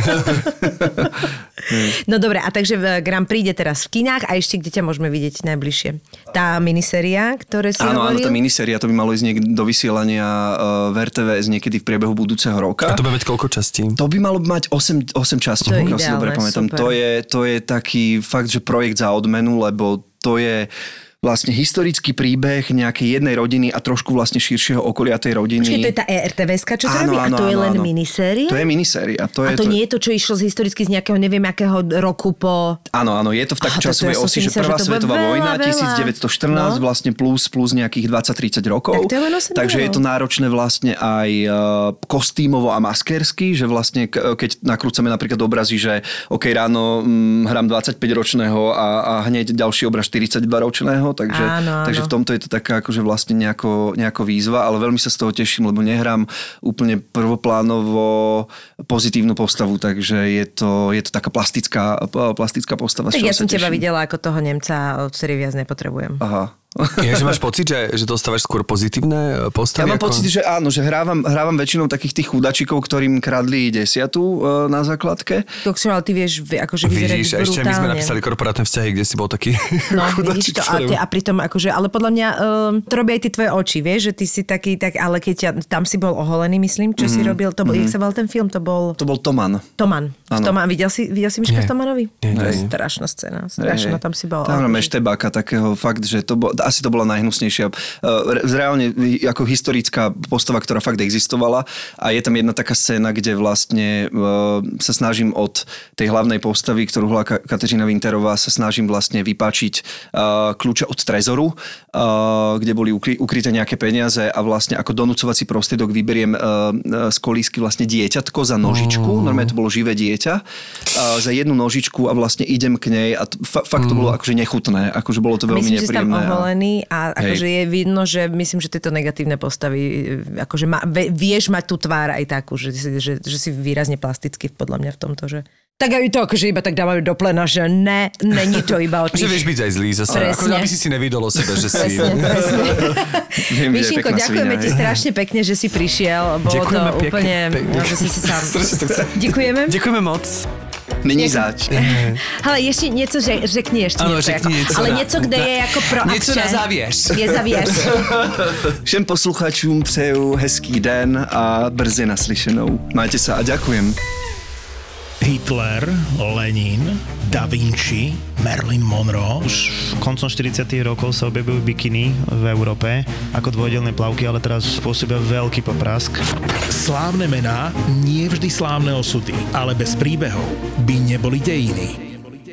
No dobre, a takže Grand Prix ide teraz v kinách a ešte kde ťa môžeme vidieť najbližšie? Tá miniséria, ktoré si hovoril? Áno, tá miniséria, to by malo ísť do vysielania v RTVS niekedy v priebehu budúceho roka. A to bude mať koľko častí? To by malo mať 8 častí, pokiaľ si dobre pamätám. To je taký fakt, že projekt za odmenu, lebo to je vlastne historický príbeh nejakej jednej rodiny a trošku vlastne širšieho okolia tej rodiny. Počkej, to je tá ERTVS-ka, čo to robí? A to je len miniséria? To je miniséria. A to nie je to, čo išlo historicky z nejakého neviem akého roku po... Áno, je to v tak časovej osi, že prvá svetová vojna, 1914 vlastne plus nejakých 20-30 rokov. Takže je to náročné vlastne aj kostýmovo a maskersky, že vlastne keď nakrúcame napríklad obrazy, že OK, ráno hrám 25-ročného a hneď ďalší obraz 42-ročného, takže v tomto je to taká akože vlastne nejako výzva, ale veľmi sa z toho teším, lebo nehrám úplne prvoplánovo pozitívnu postavu, takže je to taká plastická postava. Tak ja som teba videla ako toho Nemca, ktorý viac nepotrebujem. Aha. Je, že máš pocit, že dostávaš skôr pozitívne postavy? Ja mám pocit, že áno, že hrávam väčšinou takých tých chudačikov, ktorým kradli 10 na základke. Ale ty vieš akože vyzerať brutálne. Ešte my sme napísali korporátne vzťahy, kde si bol taký chudačik. A pritom akože, ale podľa mňa to robia aj ty tvoje oči, vieš, že ty si taký, ale keď tam si bol oholený, myslím, čo si robil, to bol, jak sa volal ten film? To bol Toman. Videl si Miška v Tomanovi? To je strašná scéna. Strašná, tam si bol. Tam máme Štebáka takého fakt, že asi to bola najhnusnejšia. Reálne ako historická postava, ktorá fakt existovala. A je tam jedna taká scéna, kde vlastne sa snažím od tej hlavnej postavy, ktorú hrala Kateřina Winterová, sa snažím vlastne vypáčiť kľúče od trezoru, kde boli ukryté nejaké peniaze a vlastne ako donúcovací prostriedok vyberiem z kolísky vlastne dieťatko za nožičku. Normálne to bolo živé dieťa. Za jednu nožičku a vlastne idem k nej a fakt to bolo akože nechutné. Akože bolo to veľmi nepríjemné. A akože je vidno, že myslím, že tieto negatívne postavy akože vieš mať tú tvár aj takú, že si výrazne plastický podľa mňa v tomto, že tak aj to akože iba tak dávajú do plena, že není to iba o tých... Že vieš byť aj zlý zase, akože aby si nevidel o sebe, že si... Presne. Mišinko, ďakujeme ti strašne pekne, že si prišiel. Bolo to úplne... Že si sám. Ďakujeme. Ďakujeme moc. Není zač. Ale ještě něco řekni ještě Ano, něco. řekni jako, něco ale na- něco, kde je jako pro Něco akce. na závěr. Je zavěř. Všem posluchačům přeju hezký den a brzy naslyšenou. Majte sa a ďakujem. Hitler, Lenin, Da Vinci, Marilyn Monroe. Už koncom 40. rokov sa objavujú bikiny v Európe ako dvojdelné plavky, ale teraz spôsobia veľký poprask. Slávne mená, nie vždy slávne osudy, ale bez príbehov by neboli dejiny.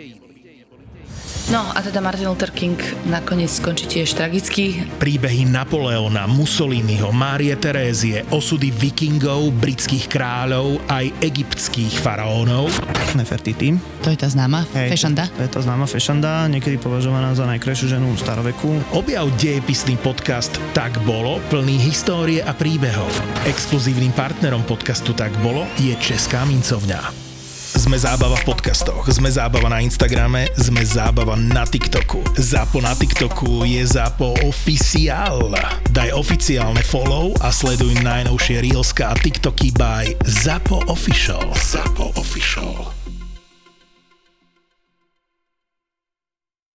No a teda Martin Luther King nakoniec skončí tiež tragicky. Príbehy Napoleona, Mussoliniho, Márie Terézie, osudy vikingov, britských kráľov, aj egyptských faraónov. Nefertiti. To je tá známa fešanda. To je tá známa fešanda, niekedy považovaná za najkrajšiu ženu staroveku. Objav dejepisný podcast Tak bolo, plný histórie a príbehov. Exkluzívnym partnerom podcastu Tak bolo je Česká mincovňa. Sme zábava v podcastoch, sme zábava na Instagrame, sme zábava na TikToku. Zapo na TikToku je Zapo Oficiál. Daj oficiálne follow a sleduj najnovšie reelska a TikToky by Zapo Official. Zapo Official.